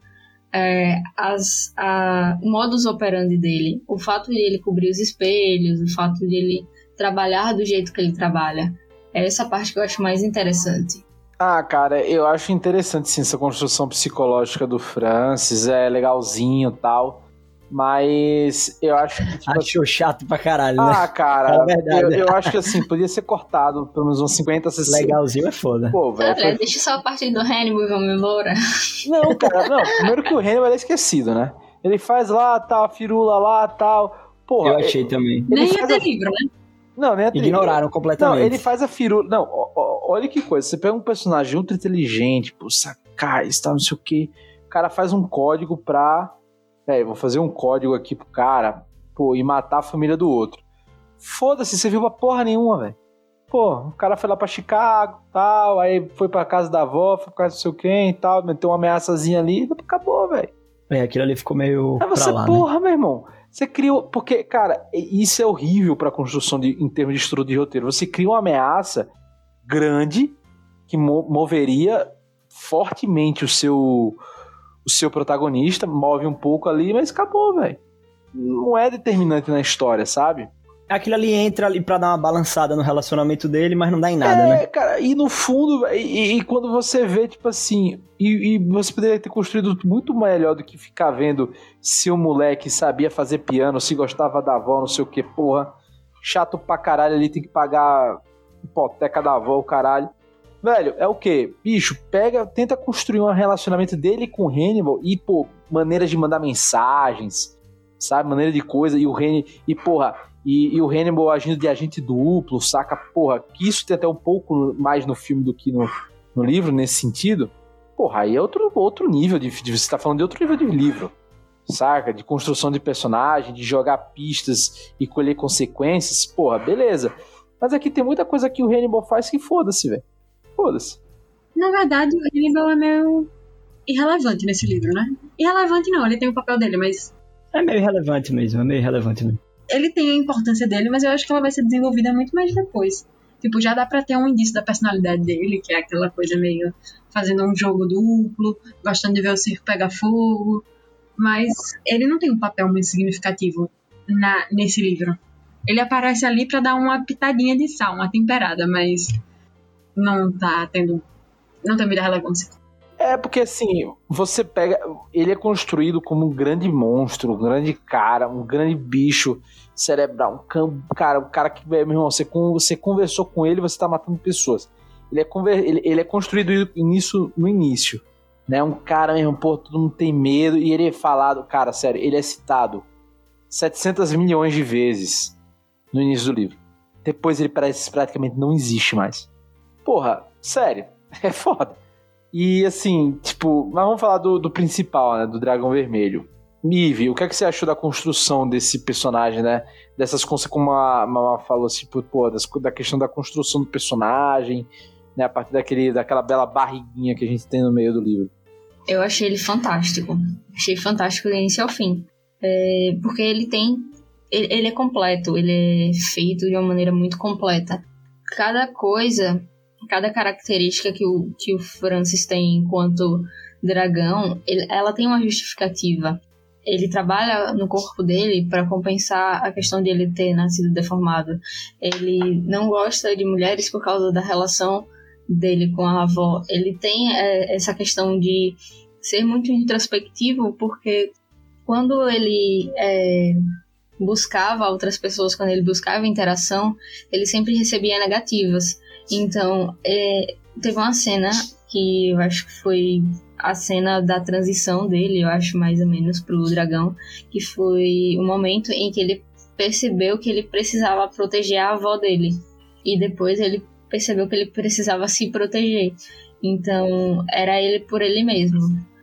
é, as, a, o modus operandi dele. O fato de ele cobrir os espelhos, o fato de ele trabalhar do jeito que ele trabalha. É essa parte que eu acho mais interessante. Ah, cara, eu acho interessante sim essa construção psicológica do Francis, é legalzinho e tal. Mas eu acho que... Tipo, Achou chato pra caralho, né? ah, cara, é verdade. eu, eu acho que assim, podia ser cortado pelo menos uns cinquenta, sessenta. Legalzinho é foda. Pô, velho. Olha, foi... deixa só a parte do Hannibal e vamos embora. Não, cara, não. Primeiro que o Hannibal é esquecido, né? Ele faz lá, tal, a firula lá, tal. Porra, eu achei ele, também. Nem ia ter a... livro, né? Não, nem a Ignoraram completamente. Não, ele faz a firula. Não, ó, ó, olha que coisa. Você pega um personagem ultra inteligente, pô, sacais, tal, não sei o quê. O cara faz um código pra. É, vou fazer um código aqui pro cara, pô, e matar a família do outro. Foda-se, você viu pra porra nenhuma, velho. Pô, o cara foi lá pra Chicago, tal, aí foi pra casa da avó, foi pra casa do seu quem e tal, meteu uma ameaçazinha ali, acabou, velho. É, aquilo ali ficou meio Aí você, pra lá, porra, né? meu irmão, você criou... Porque, cara, isso é horrível pra construção de, em termos de estrutura de roteiro. Você cria uma ameaça grande que mo- moveria fortemente o seu, o seu protagonista, move um pouco ali, mas acabou, velho. Não é determinante na história, sabe? Aquilo ali entra ali pra dar uma balançada no relacionamento dele, mas não dá em nada, é, né? Cara, e no fundo, e, e quando você vê, tipo assim, e, e você poderia ter construído muito melhor do que ficar vendo se o moleque sabia fazer piano, se gostava da avó, não sei o que, porra, chato pra caralho, ali tem que pagar hipoteca da avó, o caralho. Velho, é o quê? Bicho, pega, tenta construir um relacionamento dele com o Hannibal e, pô, maneiras de mandar mensagens, sabe? Maneira de coisa, e o Hannibal, e porra... E, e o Hannibal agindo de agente duplo, saca? Porra, que isso tem até um pouco mais no filme do que no, no livro, nesse sentido. Porra, aí é outro, outro nível de, de... Você tá falando de outro nível de livro, saca? De construção de personagem, de jogar pistas e colher consequências. Porra, beleza. Mas aqui tem muita coisa que o Hannibal faz que foda-se, velho. Foda-se. Na verdade, o Hannibal é meio irrelevante nesse livro, né? Irrelevante não, ele tem o papel dele, mas... É meio irrelevante mesmo, é meio irrelevante mesmo. Ele tem a importância dele, mas eu acho que ela vai ser desenvolvida muito mais depois. Tipo, já dá pra ter um indício da personalidade dele, que é aquela coisa meio fazendo um jogo duplo, gostando de ver o circo pegar fogo. Mas ele não tem um papel muito significativo na, nesse livro. Ele aparece ali pra dar uma pitadinha de sal, uma temperada, mas não tá tendo... não tem muita relevância. É, porque assim, você pega... Ele é construído como um grande monstro, um grande cara, um grande bicho cerebral. Um cam, cara, um cara que, meu irmão, você, você conversou com ele, você tá matando pessoas. Ele é, conver, ele, ele é construído nisso no início, né? Um cara, meu irmão, pô, todo mundo tem medo. E ele é falado... Cara, sério, ele é citado setecentos milhões de vezes no início do livro. Depois ele parece praticamente não existe mais. Porra, sério, é foda. E assim, tipo, mas vamos falar do, do principal, né, do Dragão Vermelho. Mive, o que é que você achou da construção desse personagem, né? Dessas coisas, como a Mama falou, assim, pô, das, da questão da construção do personagem, né? A partir daquele, daquela bela barriguinha que a gente tem no meio do livro. Eu achei ele fantástico. Achei fantástico do início ao fim. É, porque ele tem... Ele, ele é completo, ele é feito de uma maneira muito completa. Cada coisa... Cada característica que o, que o Francis tem enquanto dragão, ele, ela tem uma justificativa. Ele trabalha no corpo dele para compensar a questão de ele ter nascido deformado. Ele não gosta de mulheres por causa da relação dele com a avó. Ele tem é, essa questão de ser muito introspectivo, porque quando ele é, buscava outras pessoas, quando ele buscava interação, ele sempre recebia negativas. Então, é, teve uma cena que eu acho que foi a cena da transição dele, eu acho, mais ou menos, pro dragão, que foi o momento em que ele percebeu que ele precisava proteger a avó dele. E depois ele percebeu que ele precisava se proteger. Então, era ele por ele mesmo.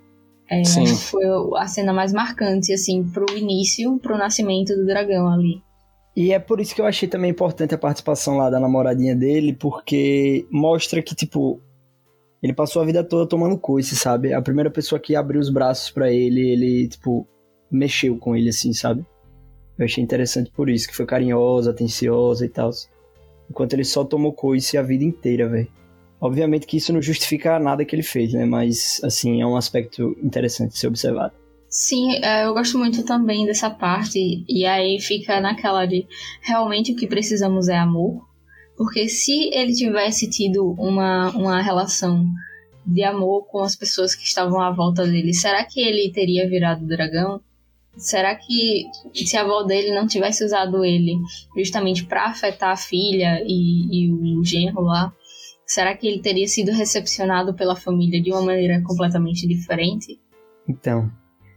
É, acho que foi a cena mais marcante, assim, pro início, pro nascimento do dragão ali. E é por isso que eu achei também importante a participação lá da namoradinha dele, porque mostra que, tipo, ele passou a vida toda tomando coice, sabe? A primeira pessoa que abriu os braços pra ele, ele, tipo, mexeu com ele, assim, sabe? Eu achei interessante por isso, que foi carinhosa, atenciosa e tal. Enquanto ele só tomou coice a vida inteira, velho. Obviamente que isso não justifica nada que ele fez, né? Mas, assim, é um aspecto interessante de ser observado. Sim, eu gosto muito também dessa parte, e aí fica naquela de realmente o que precisamos é amor, porque se ele tivesse tido uma, uma relação de amor com as pessoas que estavam à volta dele, será que ele teria virado dragão? será que se a avó dele não tivesse usado ele justamente para afetar a filha e, e o genro lá, será que ele teria sido recepcionado pela família de uma maneira completamente diferente? Então,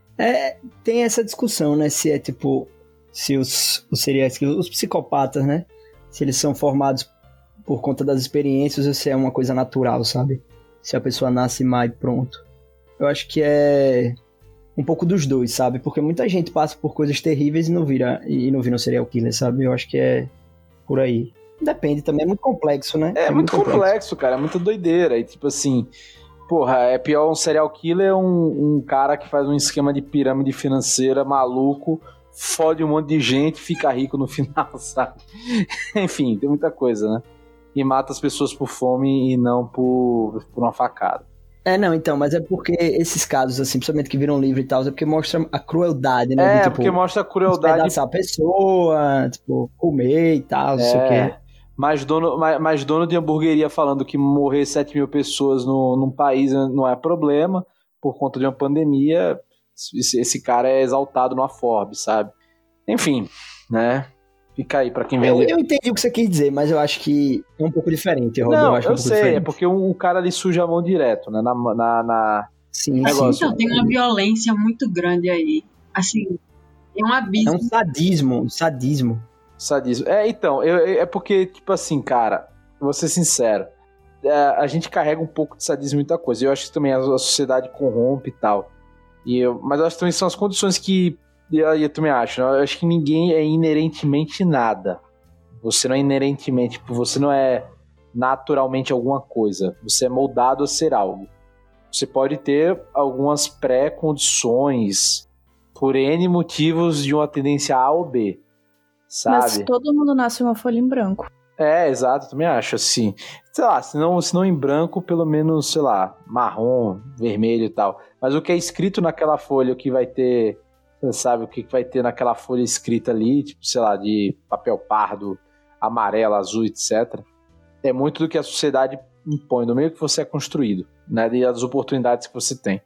é, tem essa discussão, né? Se é tipo, se os, os serial killers, os psicopatas, né? Se eles são formados por conta das experiências ou se é uma coisa natural, sabe? Se a pessoa nasce má e pronto. Eu acho que é um pouco dos dois, sabe? Porque muita gente passa por coisas terríveis e não vira, e não vira um serial killer, sabe? Eu acho que é por aí. Depende também, é muito complexo, né? É, é muito, muito complexo, complexo, cara, é muita doideira. E tipo assim, porra, é pior um serial killer um, um cara que faz um esquema de pirâmide financeira maluco, fode um monte de gente, fica rico no final, sabe? Enfim, tem muita coisa, né? E mata as pessoas por fome e não por, por uma facada. É, não, então, mas é porque esses casos, assim, principalmente que viram livro e tal, é porque mostra a crueldade, né? É, de, tipo, porque mostra a crueldade. Despedaçar a pessoa, tipo, comer e tal, não é. sei o quê. Mas dono, mas, mas dono de hamburgueria falando que morrer sete mil pessoas no, num país não é problema, por conta de uma pandemia, esse, esse cara é exaltado numa Forbes, sabe? Enfim, né? Fica aí pra quem vê. Eu, eu entendi o que você quis dizer, mas eu acho que é um pouco diferente, Rob. Não, eu, acho eu um pouco sei, diferente. é porque o, o cara ali suja a mão direto, né? Na, na, na... Sim, negócio. sim. Então, tem uma violência muito grande aí. Assim, é um abismo. É um sadismo, um sadismo. Sadismo. É, então, eu, é porque, tipo assim, cara, vou ser sincero, é, a gente carrega um pouco de sadismo em muita coisa. Eu acho que também a, a sociedade corrompe e tal. E eu, mas eu acho que também são as condições que eu, eu também acho. Né? Eu acho que ninguém é inerentemente nada. Você não é inerentemente, tipo, você não é naturalmente alguma coisa. Você é moldado a ser algo. Você pode ter algumas pré-condições por N motivos de uma tendência A ou B. Sabe? Mas todo mundo nasce uma folha em branco. É, exato, também acho assim. Sei lá, se não, se não em branco, pelo menos, sei lá, marrom, vermelho e tal. Mas o que é escrito naquela folha, o que vai ter, você sabe, o que vai ter naquela folha escrita ali, tipo, sei lá, de papel pardo, amarelo, azul, etcétera. É muito do que a sociedade impõe, do meio que você é construído, né, e as oportunidades que você tem.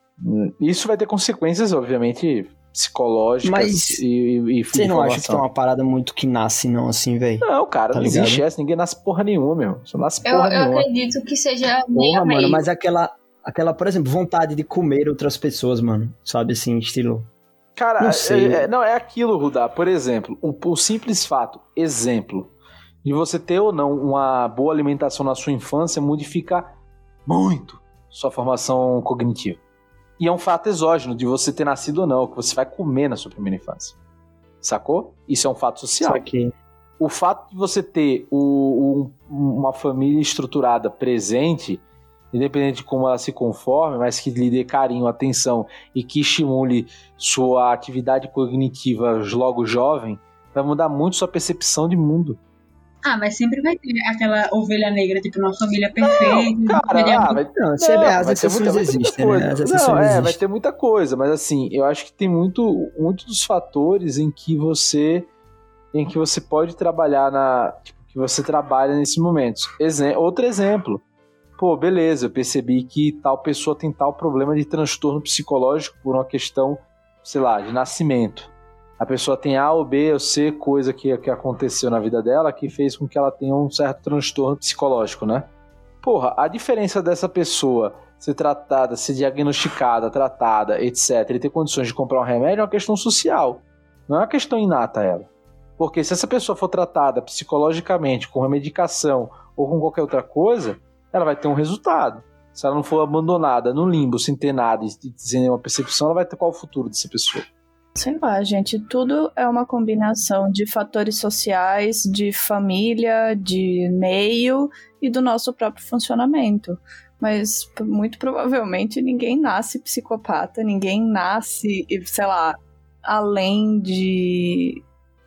Isso vai ter consequências, obviamente, psicológicas. Mas e, e você não acha que é uma parada muito que nasce não assim, velho? Não, cara, tá não ligado? existe essa, ninguém nasce porra nenhuma, meu. Você não nasce Eu, porra eu nenhuma. acredito que seja meio Porra, a meio. mano, mas aquela, aquela, por exemplo, vontade de comer outras pessoas, mano, sabe, assim, estilo... Cara, Não sei. É, é, não, é aquilo, Rudá. Por exemplo, o, o simples fato, exemplo, de você ter ou não uma boa alimentação na sua infância modifica muito sua formação cognitiva. E é um fato exógeno de você ter nascido ou não, que você vai comer na sua primeira infância. Sacou? Isso é um fato social. Isso aqui. O fato de você ter o, o, uma família estruturada presente, independente de como ela se conforme, mas que lhe dê carinho, atenção e que estimule sua atividade cognitiva logo jovem, vai mudar muito sua percepção de mundo. Ah, mas sempre vai ter aquela ovelha negra, tipo, uma família perfeita. Não, cara, família ah, vai, Não, não, as vai ter muita, exceções vai ter muita existem, coisa. né? As Não, exceções é, existem. vai ter muita coisa, mas assim, eu acho que tem muito, muito dos fatores em que você em que você pode trabalhar na, tipo, que você trabalha nesses momentos. Exem- outro exemplo. Pô, beleza, eu percebi que tal pessoa tem tal problema de transtorno psicológico por uma questão, sei lá, de nascimento. A pessoa tem A ou B ou C, coisa que, que aconteceu na vida dela que fez com que ela tenha um certo transtorno psicológico, né? Porra, a diferença dessa pessoa ser tratada, ser diagnosticada, tratada, etcétera, e ter condições de comprar um remédio é uma questão social. Não é uma questão inata a ela. Porque se essa pessoa for tratada psicologicamente com uma medicação ou com qualquer outra coisa, ela vai ter um resultado. Se ela não for abandonada no limbo, sem ter nada e sem nenhuma percepção, ela vai ter qual o futuro dessa pessoa? Sei lá, gente, tudo é uma combinação de fatores sociais, de família, de meio e do nosso próprio funcionamento. Mas muito provavelmente ninguém nasce psicopata, ninguém nasce, sei lá, além de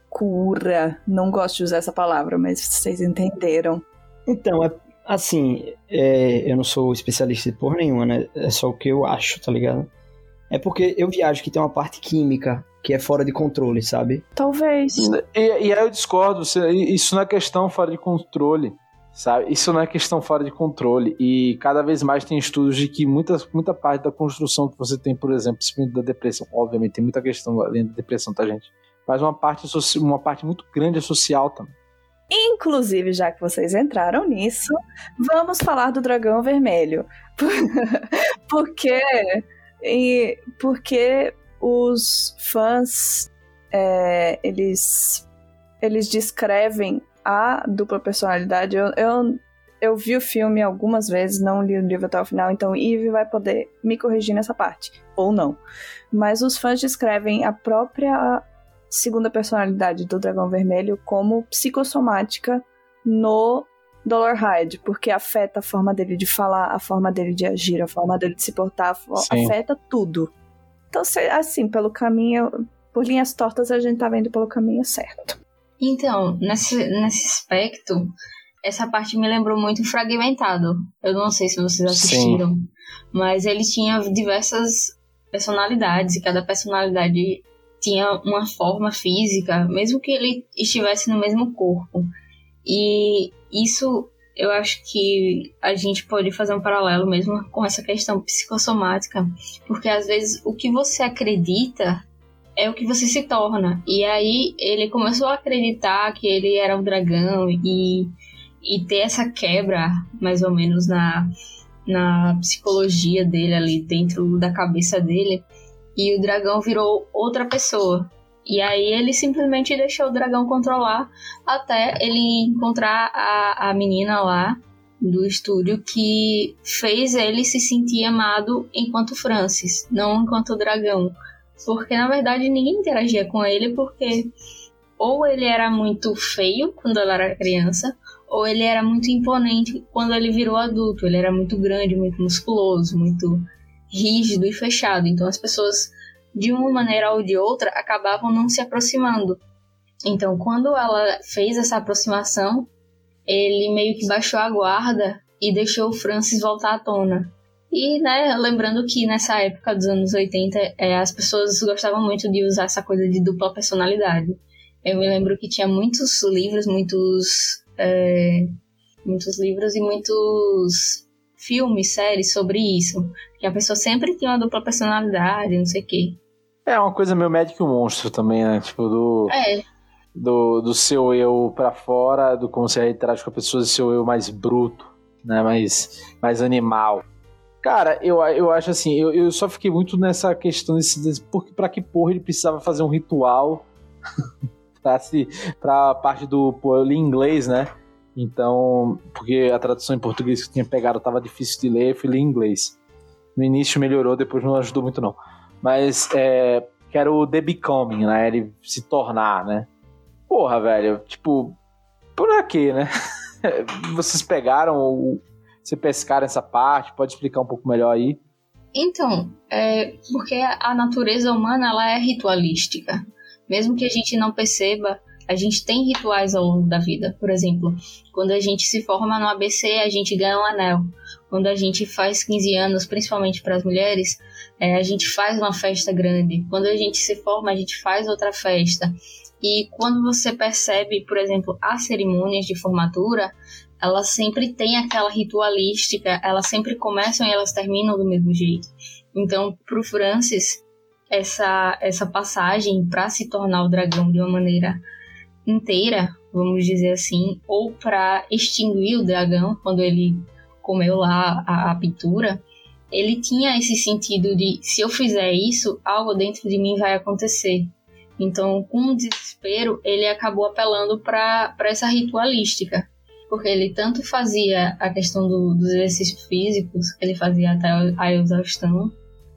cura. Não gosto de usar essa palavra, mas vocês entenderam. Então, é, assim, é, eu não sou especialista de porra nenhuma, né? É só o que eu acho, tá ligado? É porque eu viajo que tem uma parte química que é fora de controle, sabe? Talvez. E, e aí eu discordo, isso não é questão fora de controle. sabe? Isso não é questão fora de controle, e cada vez mais tem estudos de que muita, muita parte da construção que você tem, por exemplo, principalmente da depressão, obviamente tem muita questão além da depressão, tá, gente? Mas uma parte, uma parte muito grande é social também. Inclusive, já que vocês entraram nisso, vamos falar do Dragão Vermelho. porque, e, porque os fãs, é, eles, eles descrevem a dupla personalidade. Eu, eu, eu vi o filme algumas vezes, não li o livro até o final, então Eve vai poder me corrigir nessa parte, ou não. Mas os fãs descrevem a própria segunda personalidade do Dragão Vermelho como psicossomática no Dolor Hyde, porque afeta a forma dele de falar, a forma dele de agir, a forma dele de se portar, Sim. afeta tudo. Então, assim, pelo caminho, por linhas tortas, a gente tá vendo pelo caminho certo. Então, nesse, nesse aspecto, essa parte me lembrou muito Fragmentado. Eu não sei se vocês assistiram, Sim. mas ele tinha diversas personalidades, e cada personalidade tinha uma forma física, mesmo que ele estivesse no mesmo corpo. E isso, eu acho que a gente pode fazer um paralelo mesmo com essa questão psicossomática, porque às vezes o que você acredita é o que você se torna. E aí ele começou a acreditar que ele era um dragão e, e ter essa quebra, mais ou menos, na, na psicologia dele ali, dentro da cabeça dele. E o dragão virou outra pessoa. E aí ele simplesmente deixou o dragão controlar até ele encontrar a, a menina lá do estúdio que fez ele se sentir amado enquanto Francis, não enquanto dragão. Porque, na verdade, ninguém interagia com ele porque ou ele era muito feio quando ele era criança, ou ele era muito imponente quando ele virou adulto. Ele era muito grande, muito musculoso, muito rígido e fechado. Então as pessoas, de uma maneira ou de outra, acabavam não se aproximando. Então, quando ela fez essa aproximação, ele meio que baixou a guarda e deixou o Francis voltar à tona. E, né, lembrando que nessa época dos anos oitenta, é, as pessoas gostavam muito de usar essa coisa de dupla personalidade. Eu me lembro que tinha muitos livros, muitos, é, muitos livros e muitos filmes, séries sobre isso. Que a pessoa sempre tinha uma dupla personalidade, não sei o quê. É uma coisa meio Magic o Monstro também, né? Tipo, do, é. do, do seu eu pra fora, do como você interage com a pessoa, do seu eu mais bruto, né? Mais, mais animal. Cara, eu, eu acho assim, eu, eu só fiquei muito nessa questão desse, desse porque pra que porra ele precisava fazer um ritual pra, se, pra parte do... Pô, eu li em inglês, né? Então, porque a tradução em português que eu tinha pegado tava difícil de ler, eu fui ler em inglês. No início melhorou, depois não ajudou muito não. Mas, é, que era o The Becoming, né? Ele se tornar, né? Porra, velho, tipo, por quê, né? Vocês pegaram o... Você pescaram essa parte? Pode explicar um pouco melhor aí? Então, é porque a natureza humana ela é ritualística. Mesmo que a gente não perceba, a gente tem rituais ao longo da vida. Por exemplo, quando a gente se forma no A B C, a gente ganha um anel. Quando a gente faz quinze anos, principalmente para as mulheres, é, a gente faz uma festa grande. Quando a gente se forma, a gente faz outra festa. E quando você percebe, por exemplo, as cerimônias de formatura, elas sempre têm aquela ritualística, elas sempre começam e elas terminam do mesmo jeito. Então, para o Francis, essa, essa passagem para se tornar o dragão de uma maneira inteira, vamos dizer assim, ou para extinguir o dragão, quando ele comeu lá a, a pintura, ele tinha esse sentido de, se eu fizer isso, algo dentro de mim vai acontecer. Então, com o desespero, ele acabou apelando para essa ritualística. Porque ele tanto fazia a questão do, dos exercícios físicos, que ele fazia até a exaustão,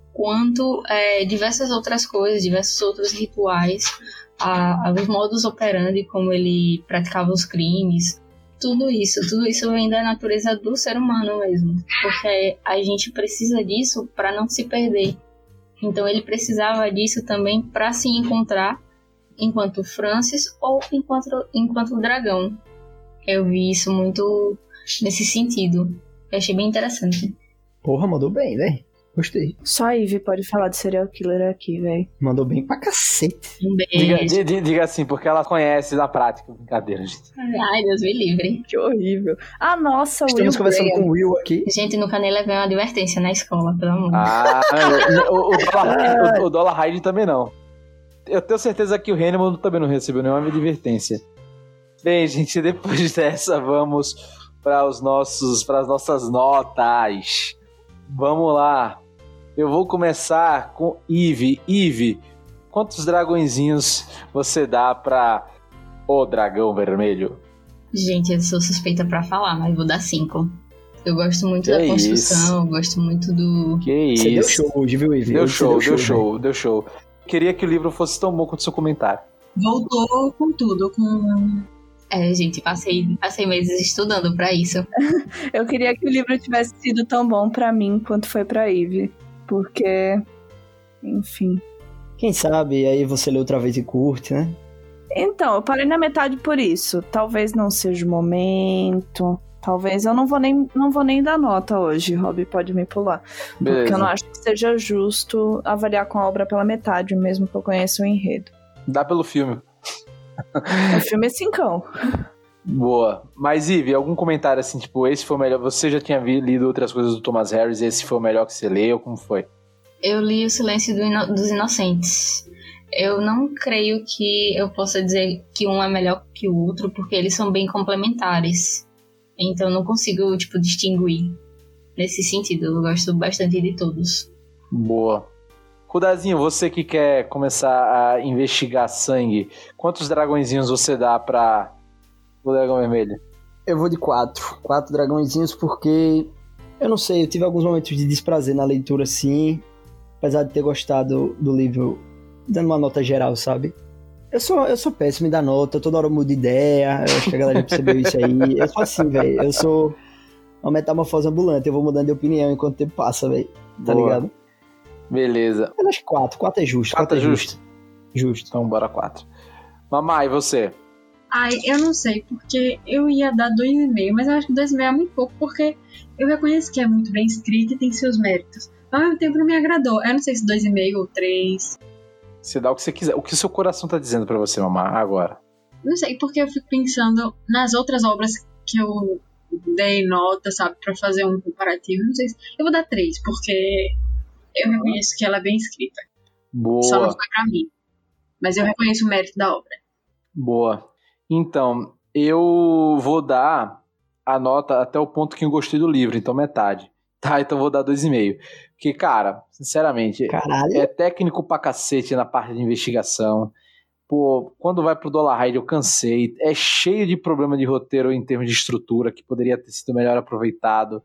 quanto é, diversas outras coisas, diversos outros rituais, a, a, os modus operandi, como ele praticava os crimes, tudo isso, tudo isso vem da natureza do ser humano mesmo, porque a gente precisa disso para não se perder. Então ele precisava disso também para se encontrar enquanto Francis ou enquanto, enquanto dragão. Eu vi isso muito nesse sentido. Eu achei bem interessante. Porra, mandou bem, né? Gostei. Só a Ivy pode falar de serial killer aqui, velho. Mandou bem pra cacete. Um Diga, beijo. diga, diga assim, porque ela conhece na prática. Brincadeira, gente. Ai, Deus me livre. Que horrível. Ah, nossa, o Estamos Will conversando Graham. com o Will aqui. Gente, nunca nem levei uma advertência na escola, pelo amor. Ah, o, o, Dollar, o, o Dollar Hyde também não. Eu tenho certeza que o Hannibal também não recebeu nenhuma advertência. Bem, gente, depois dessa, vamos para os nossos, para as nossas notas. Vamos lá. Eu vou começar com Ivy. Ivy, quantos dragõezinhos você dá para o dragão vermelho? Gente, eu sou suspeita pra falar, mas vou dar cinco. Eu gosto muito Que da isso? construção, eu gosto muito do... Que Você deu isso. show hoje, viu, Ivy? Deu Hoje você show, deu velho. show, deu show. Queria que o livro fosse tão bom quanto o seu comentário. Voltou com tudo, com... É, gente, passei, passei meses estudando pra isso. Eu queria que o livro tivesse sido tão bom pra mim quanto foi pra Ivy. Porque, enfim. Quem sabe aí você lê outra vez e curte, né? Então, eu parei na metade por isso. Talvez não seja o momento. Talvez eu não vou nem, não vou nem dar nota hoje. Robbie pode me pular. Beleza. Porque eu não acho que seja justo avaliar com a obra pela metade, mesmo que eu conheça o enredo. Dá pelo filme. O filme é cincão. Boa. Mas, Ivy, algum comentário assim, tipo, esse foi o melhor? Você já tinha vi- lido outras coisas do Thomas Harris, esse foi o melhor que você leu? Como foi? Eu li O Silêncio do Ino- dos Inocentes. Eu não creio que eu possa dizer que um é melhor que o outro, porque eles são bem complementares. Então eu não consigo, tipo, distinguir nesse sentido. Eu gosto bastante de todos. Boa. Kudazinho, você que quer começar a investigar sangue, quantos dragõezinhos você dá pra o dragão vermelho? Eu vou de quatro. Quatro dragõezinhos porque... Eu não sei, eu tive alguns momentos de desprazer na leitura, sim. Apesar de ter gostado do livro, dando uma nota geral, sabe? Eu sou, eu sou péssimo em dar nota, toda hora eu mudo de ideia. Eu acho que a galera já percebeu isso aí. Eu sou assim, velho. Eu sou uma metamorfose ambulante. Eu vou mudando de opinião enquanto o tempo passa, velho. Tá Boa. ligado? Beleza. Eu acho que quatro. Quatro é justo. Quatro Quatro é é justo. justo. Justo. Então bora quatro. Mamãe, e você? Ai, eu não sei, porque eu ia dar dois e meio, mas eu acho que dois e meio é muito pouco, porque eu reconheço que é muito bem escrito e tem seus méritos. Ao mesmo tempo não me agradou. Eu não sei se dois e meio ou três. Você dá o que você quiser. O que o seu coração tá dizendo pra você, mamãe, agora? Não sei, porque eu fico pensando nas outras obras que eu dei nota, sabe, pra fazer um comparativo. Não sei se... Eu vou dar três, porque eu reconheço que ela é bem escrita. Só não Boa, foi pra mim. Mas eu reconheço o mérito da obra. boa. Então, eu vou dar a nota até o ponto que eu gostei do livro, então metade. Tá, então eu vou dar dois e meio. Porque, cara, sinceramente, Caralho. é técnico pra cacete na parte de investigação. Pô, quando vai pro Dollar Hyde eu cansei. É cheio de problema de roteiro em termos de estrutura, que poderia ter sido melhor aproveitado.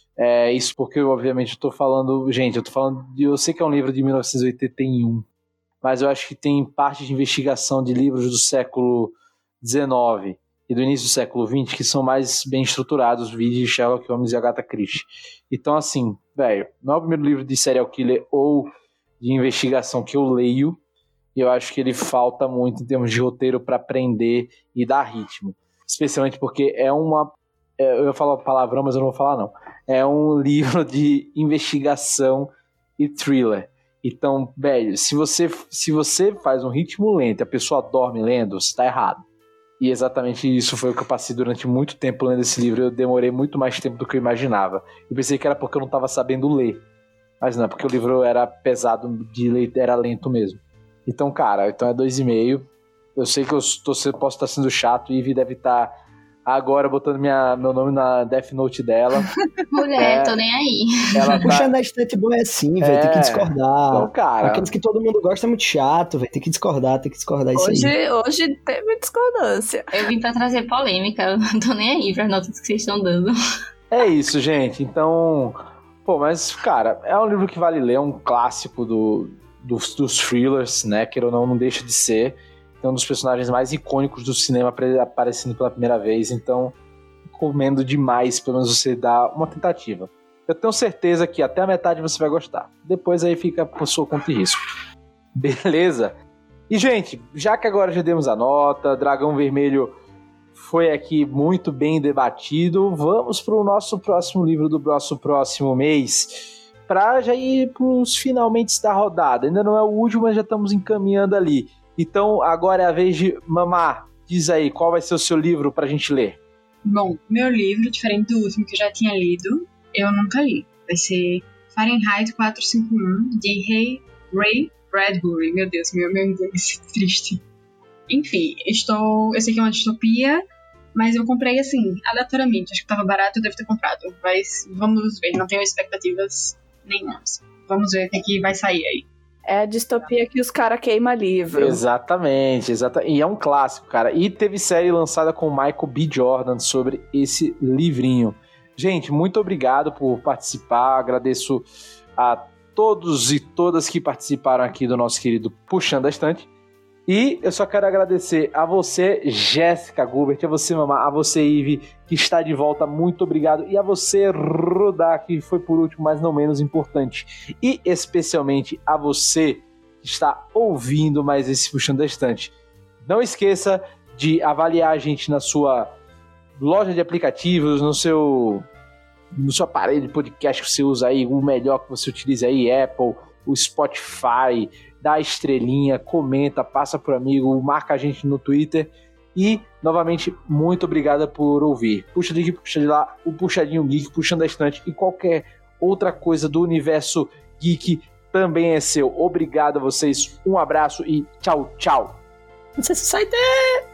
É, isso porque, eu, obviamente, eu tô falando... Gente, eu tô falando... De, eu sei que é um livro de mil novecentos e oitenta e um, mas eu acho que tem parte de investigação de livros do século dezenove e do início do século vinte que são mais bem estruturados, vídeos de Sherlock Holmes e Agatha Christie. Então, assim, velho, não é o primeiro livro de serial killer ou de investigação que eu leio, e eu acho que ele falta muito em termos de roteiro para prender e dar ritmo. Especialmente porque é uma... É, eu ia falar palavrão, mas eu não vou falar, não. É um livro de investigação e thriller. Então, velho, se você, se você faz um ritmo lento e a pessoa dorme lendo, você tá errado. E exatamente isso foi o que eu passei durante muito tempo lendo esse livro. Eu demorei muito mais tempo do que eu imaginava. Eu pensei que era porque eu não estava sabendo ler. Mas não, porque o livro era pesado de ler, era lento mesmo. Então, cara, então é dois e meio. Eu sei que eu tô, posso estar sendo chato e Ivy deve estar agora botando minha, meu nome na Death Note dela. Mulher, É. tô nem aí. Ela tá... Puxando a estante boa é assim, velho. Tem É. que discordar. Então, cara... Aqueles que todo mundo gosta é muito chato, velho. Tem que discordar, tem que discordar isso Hoje, aí. hoje teve discordância. Eu vim pra trazer polêmica, eu não tô nem aí pras notas que vocês estão dando. É isso, gente. Então, pô, mas, cara, é um livro que vale ler, é um clássico do, dos, dos thrillers, né? Que ou não, não deixa de ser. É um dos personagens mais icônicos do cinema apare- aparecendo pela primeira vez. Então, recomendo demais, pelo menos você dar uma tentativa. Eu tenho certeza que até a metade você vai gostar. Depois aí fica por sua conta e risco. Beleza? E, gente, já que agora já demos a nota, Dragão Vermelho foi aqui muito bem debatido, vamos para o nosso próximo livro do nosso próximo mês. para já ir para os finalmente da rodada. Ainda não é o último, mas já estamos encaminhando ali. Então, agora é a vez de Mamá. Diz aí, qual vai ser o seu livro para a gente ler? Bom, meu livro, diferente do último que eu já tinha lido, eu nunca li. Vai ser Fahrenheit quatrocentos e cinquenta e um, de Ray, Ray Bradbury. Meu Deus, meu, meu inglês é triste. Enfim, estou, eu sei que é uma distopia, mas eu comprei assim, aleatoriamente. Acho que estava barato, eu devo ter comprado. Mas vamos ver, não tenho expectativas nenhumas. Vamos ver o que, que vai sair aí. É a distopia que os caras queimam livro. Exatamente, exatamente. E é um clássico, cara. E teve série lançada com o Michael B. Jordan sobre esse livrinho. Gente, muito obrigado por participar. Agradeço a todos e todas que participaram aqui do nosso querido Puxando a Estante. E eu só quero agradecer a você, Jéssica Gubert, a você, Mamá, a você, Ive, que está de volta, muito obrigado. E a você, Rudá, que foi por último, mas não menos importante. E especialmente a você que está ouvindo mais esse Puxando a Estante. Não esqueça de avaliar a gente na sua loja de aplicativos, no seu, no seu aparelho de podcast que você usa aí, o melhor que você utiliza aí, Apple, o Spotify, dá estrelinha, comenta, passa pro amigo, marca a gente no Twitter e, novamente, muito obrigada por ouvir. Puxa daqui, puxa de lá, o Puxadinho Geek, Puxando a Estante e qualquer outra coisa do universo geek também é seu. Obrigado a vocês, um abraço e tchau, tchau. Você sai daí!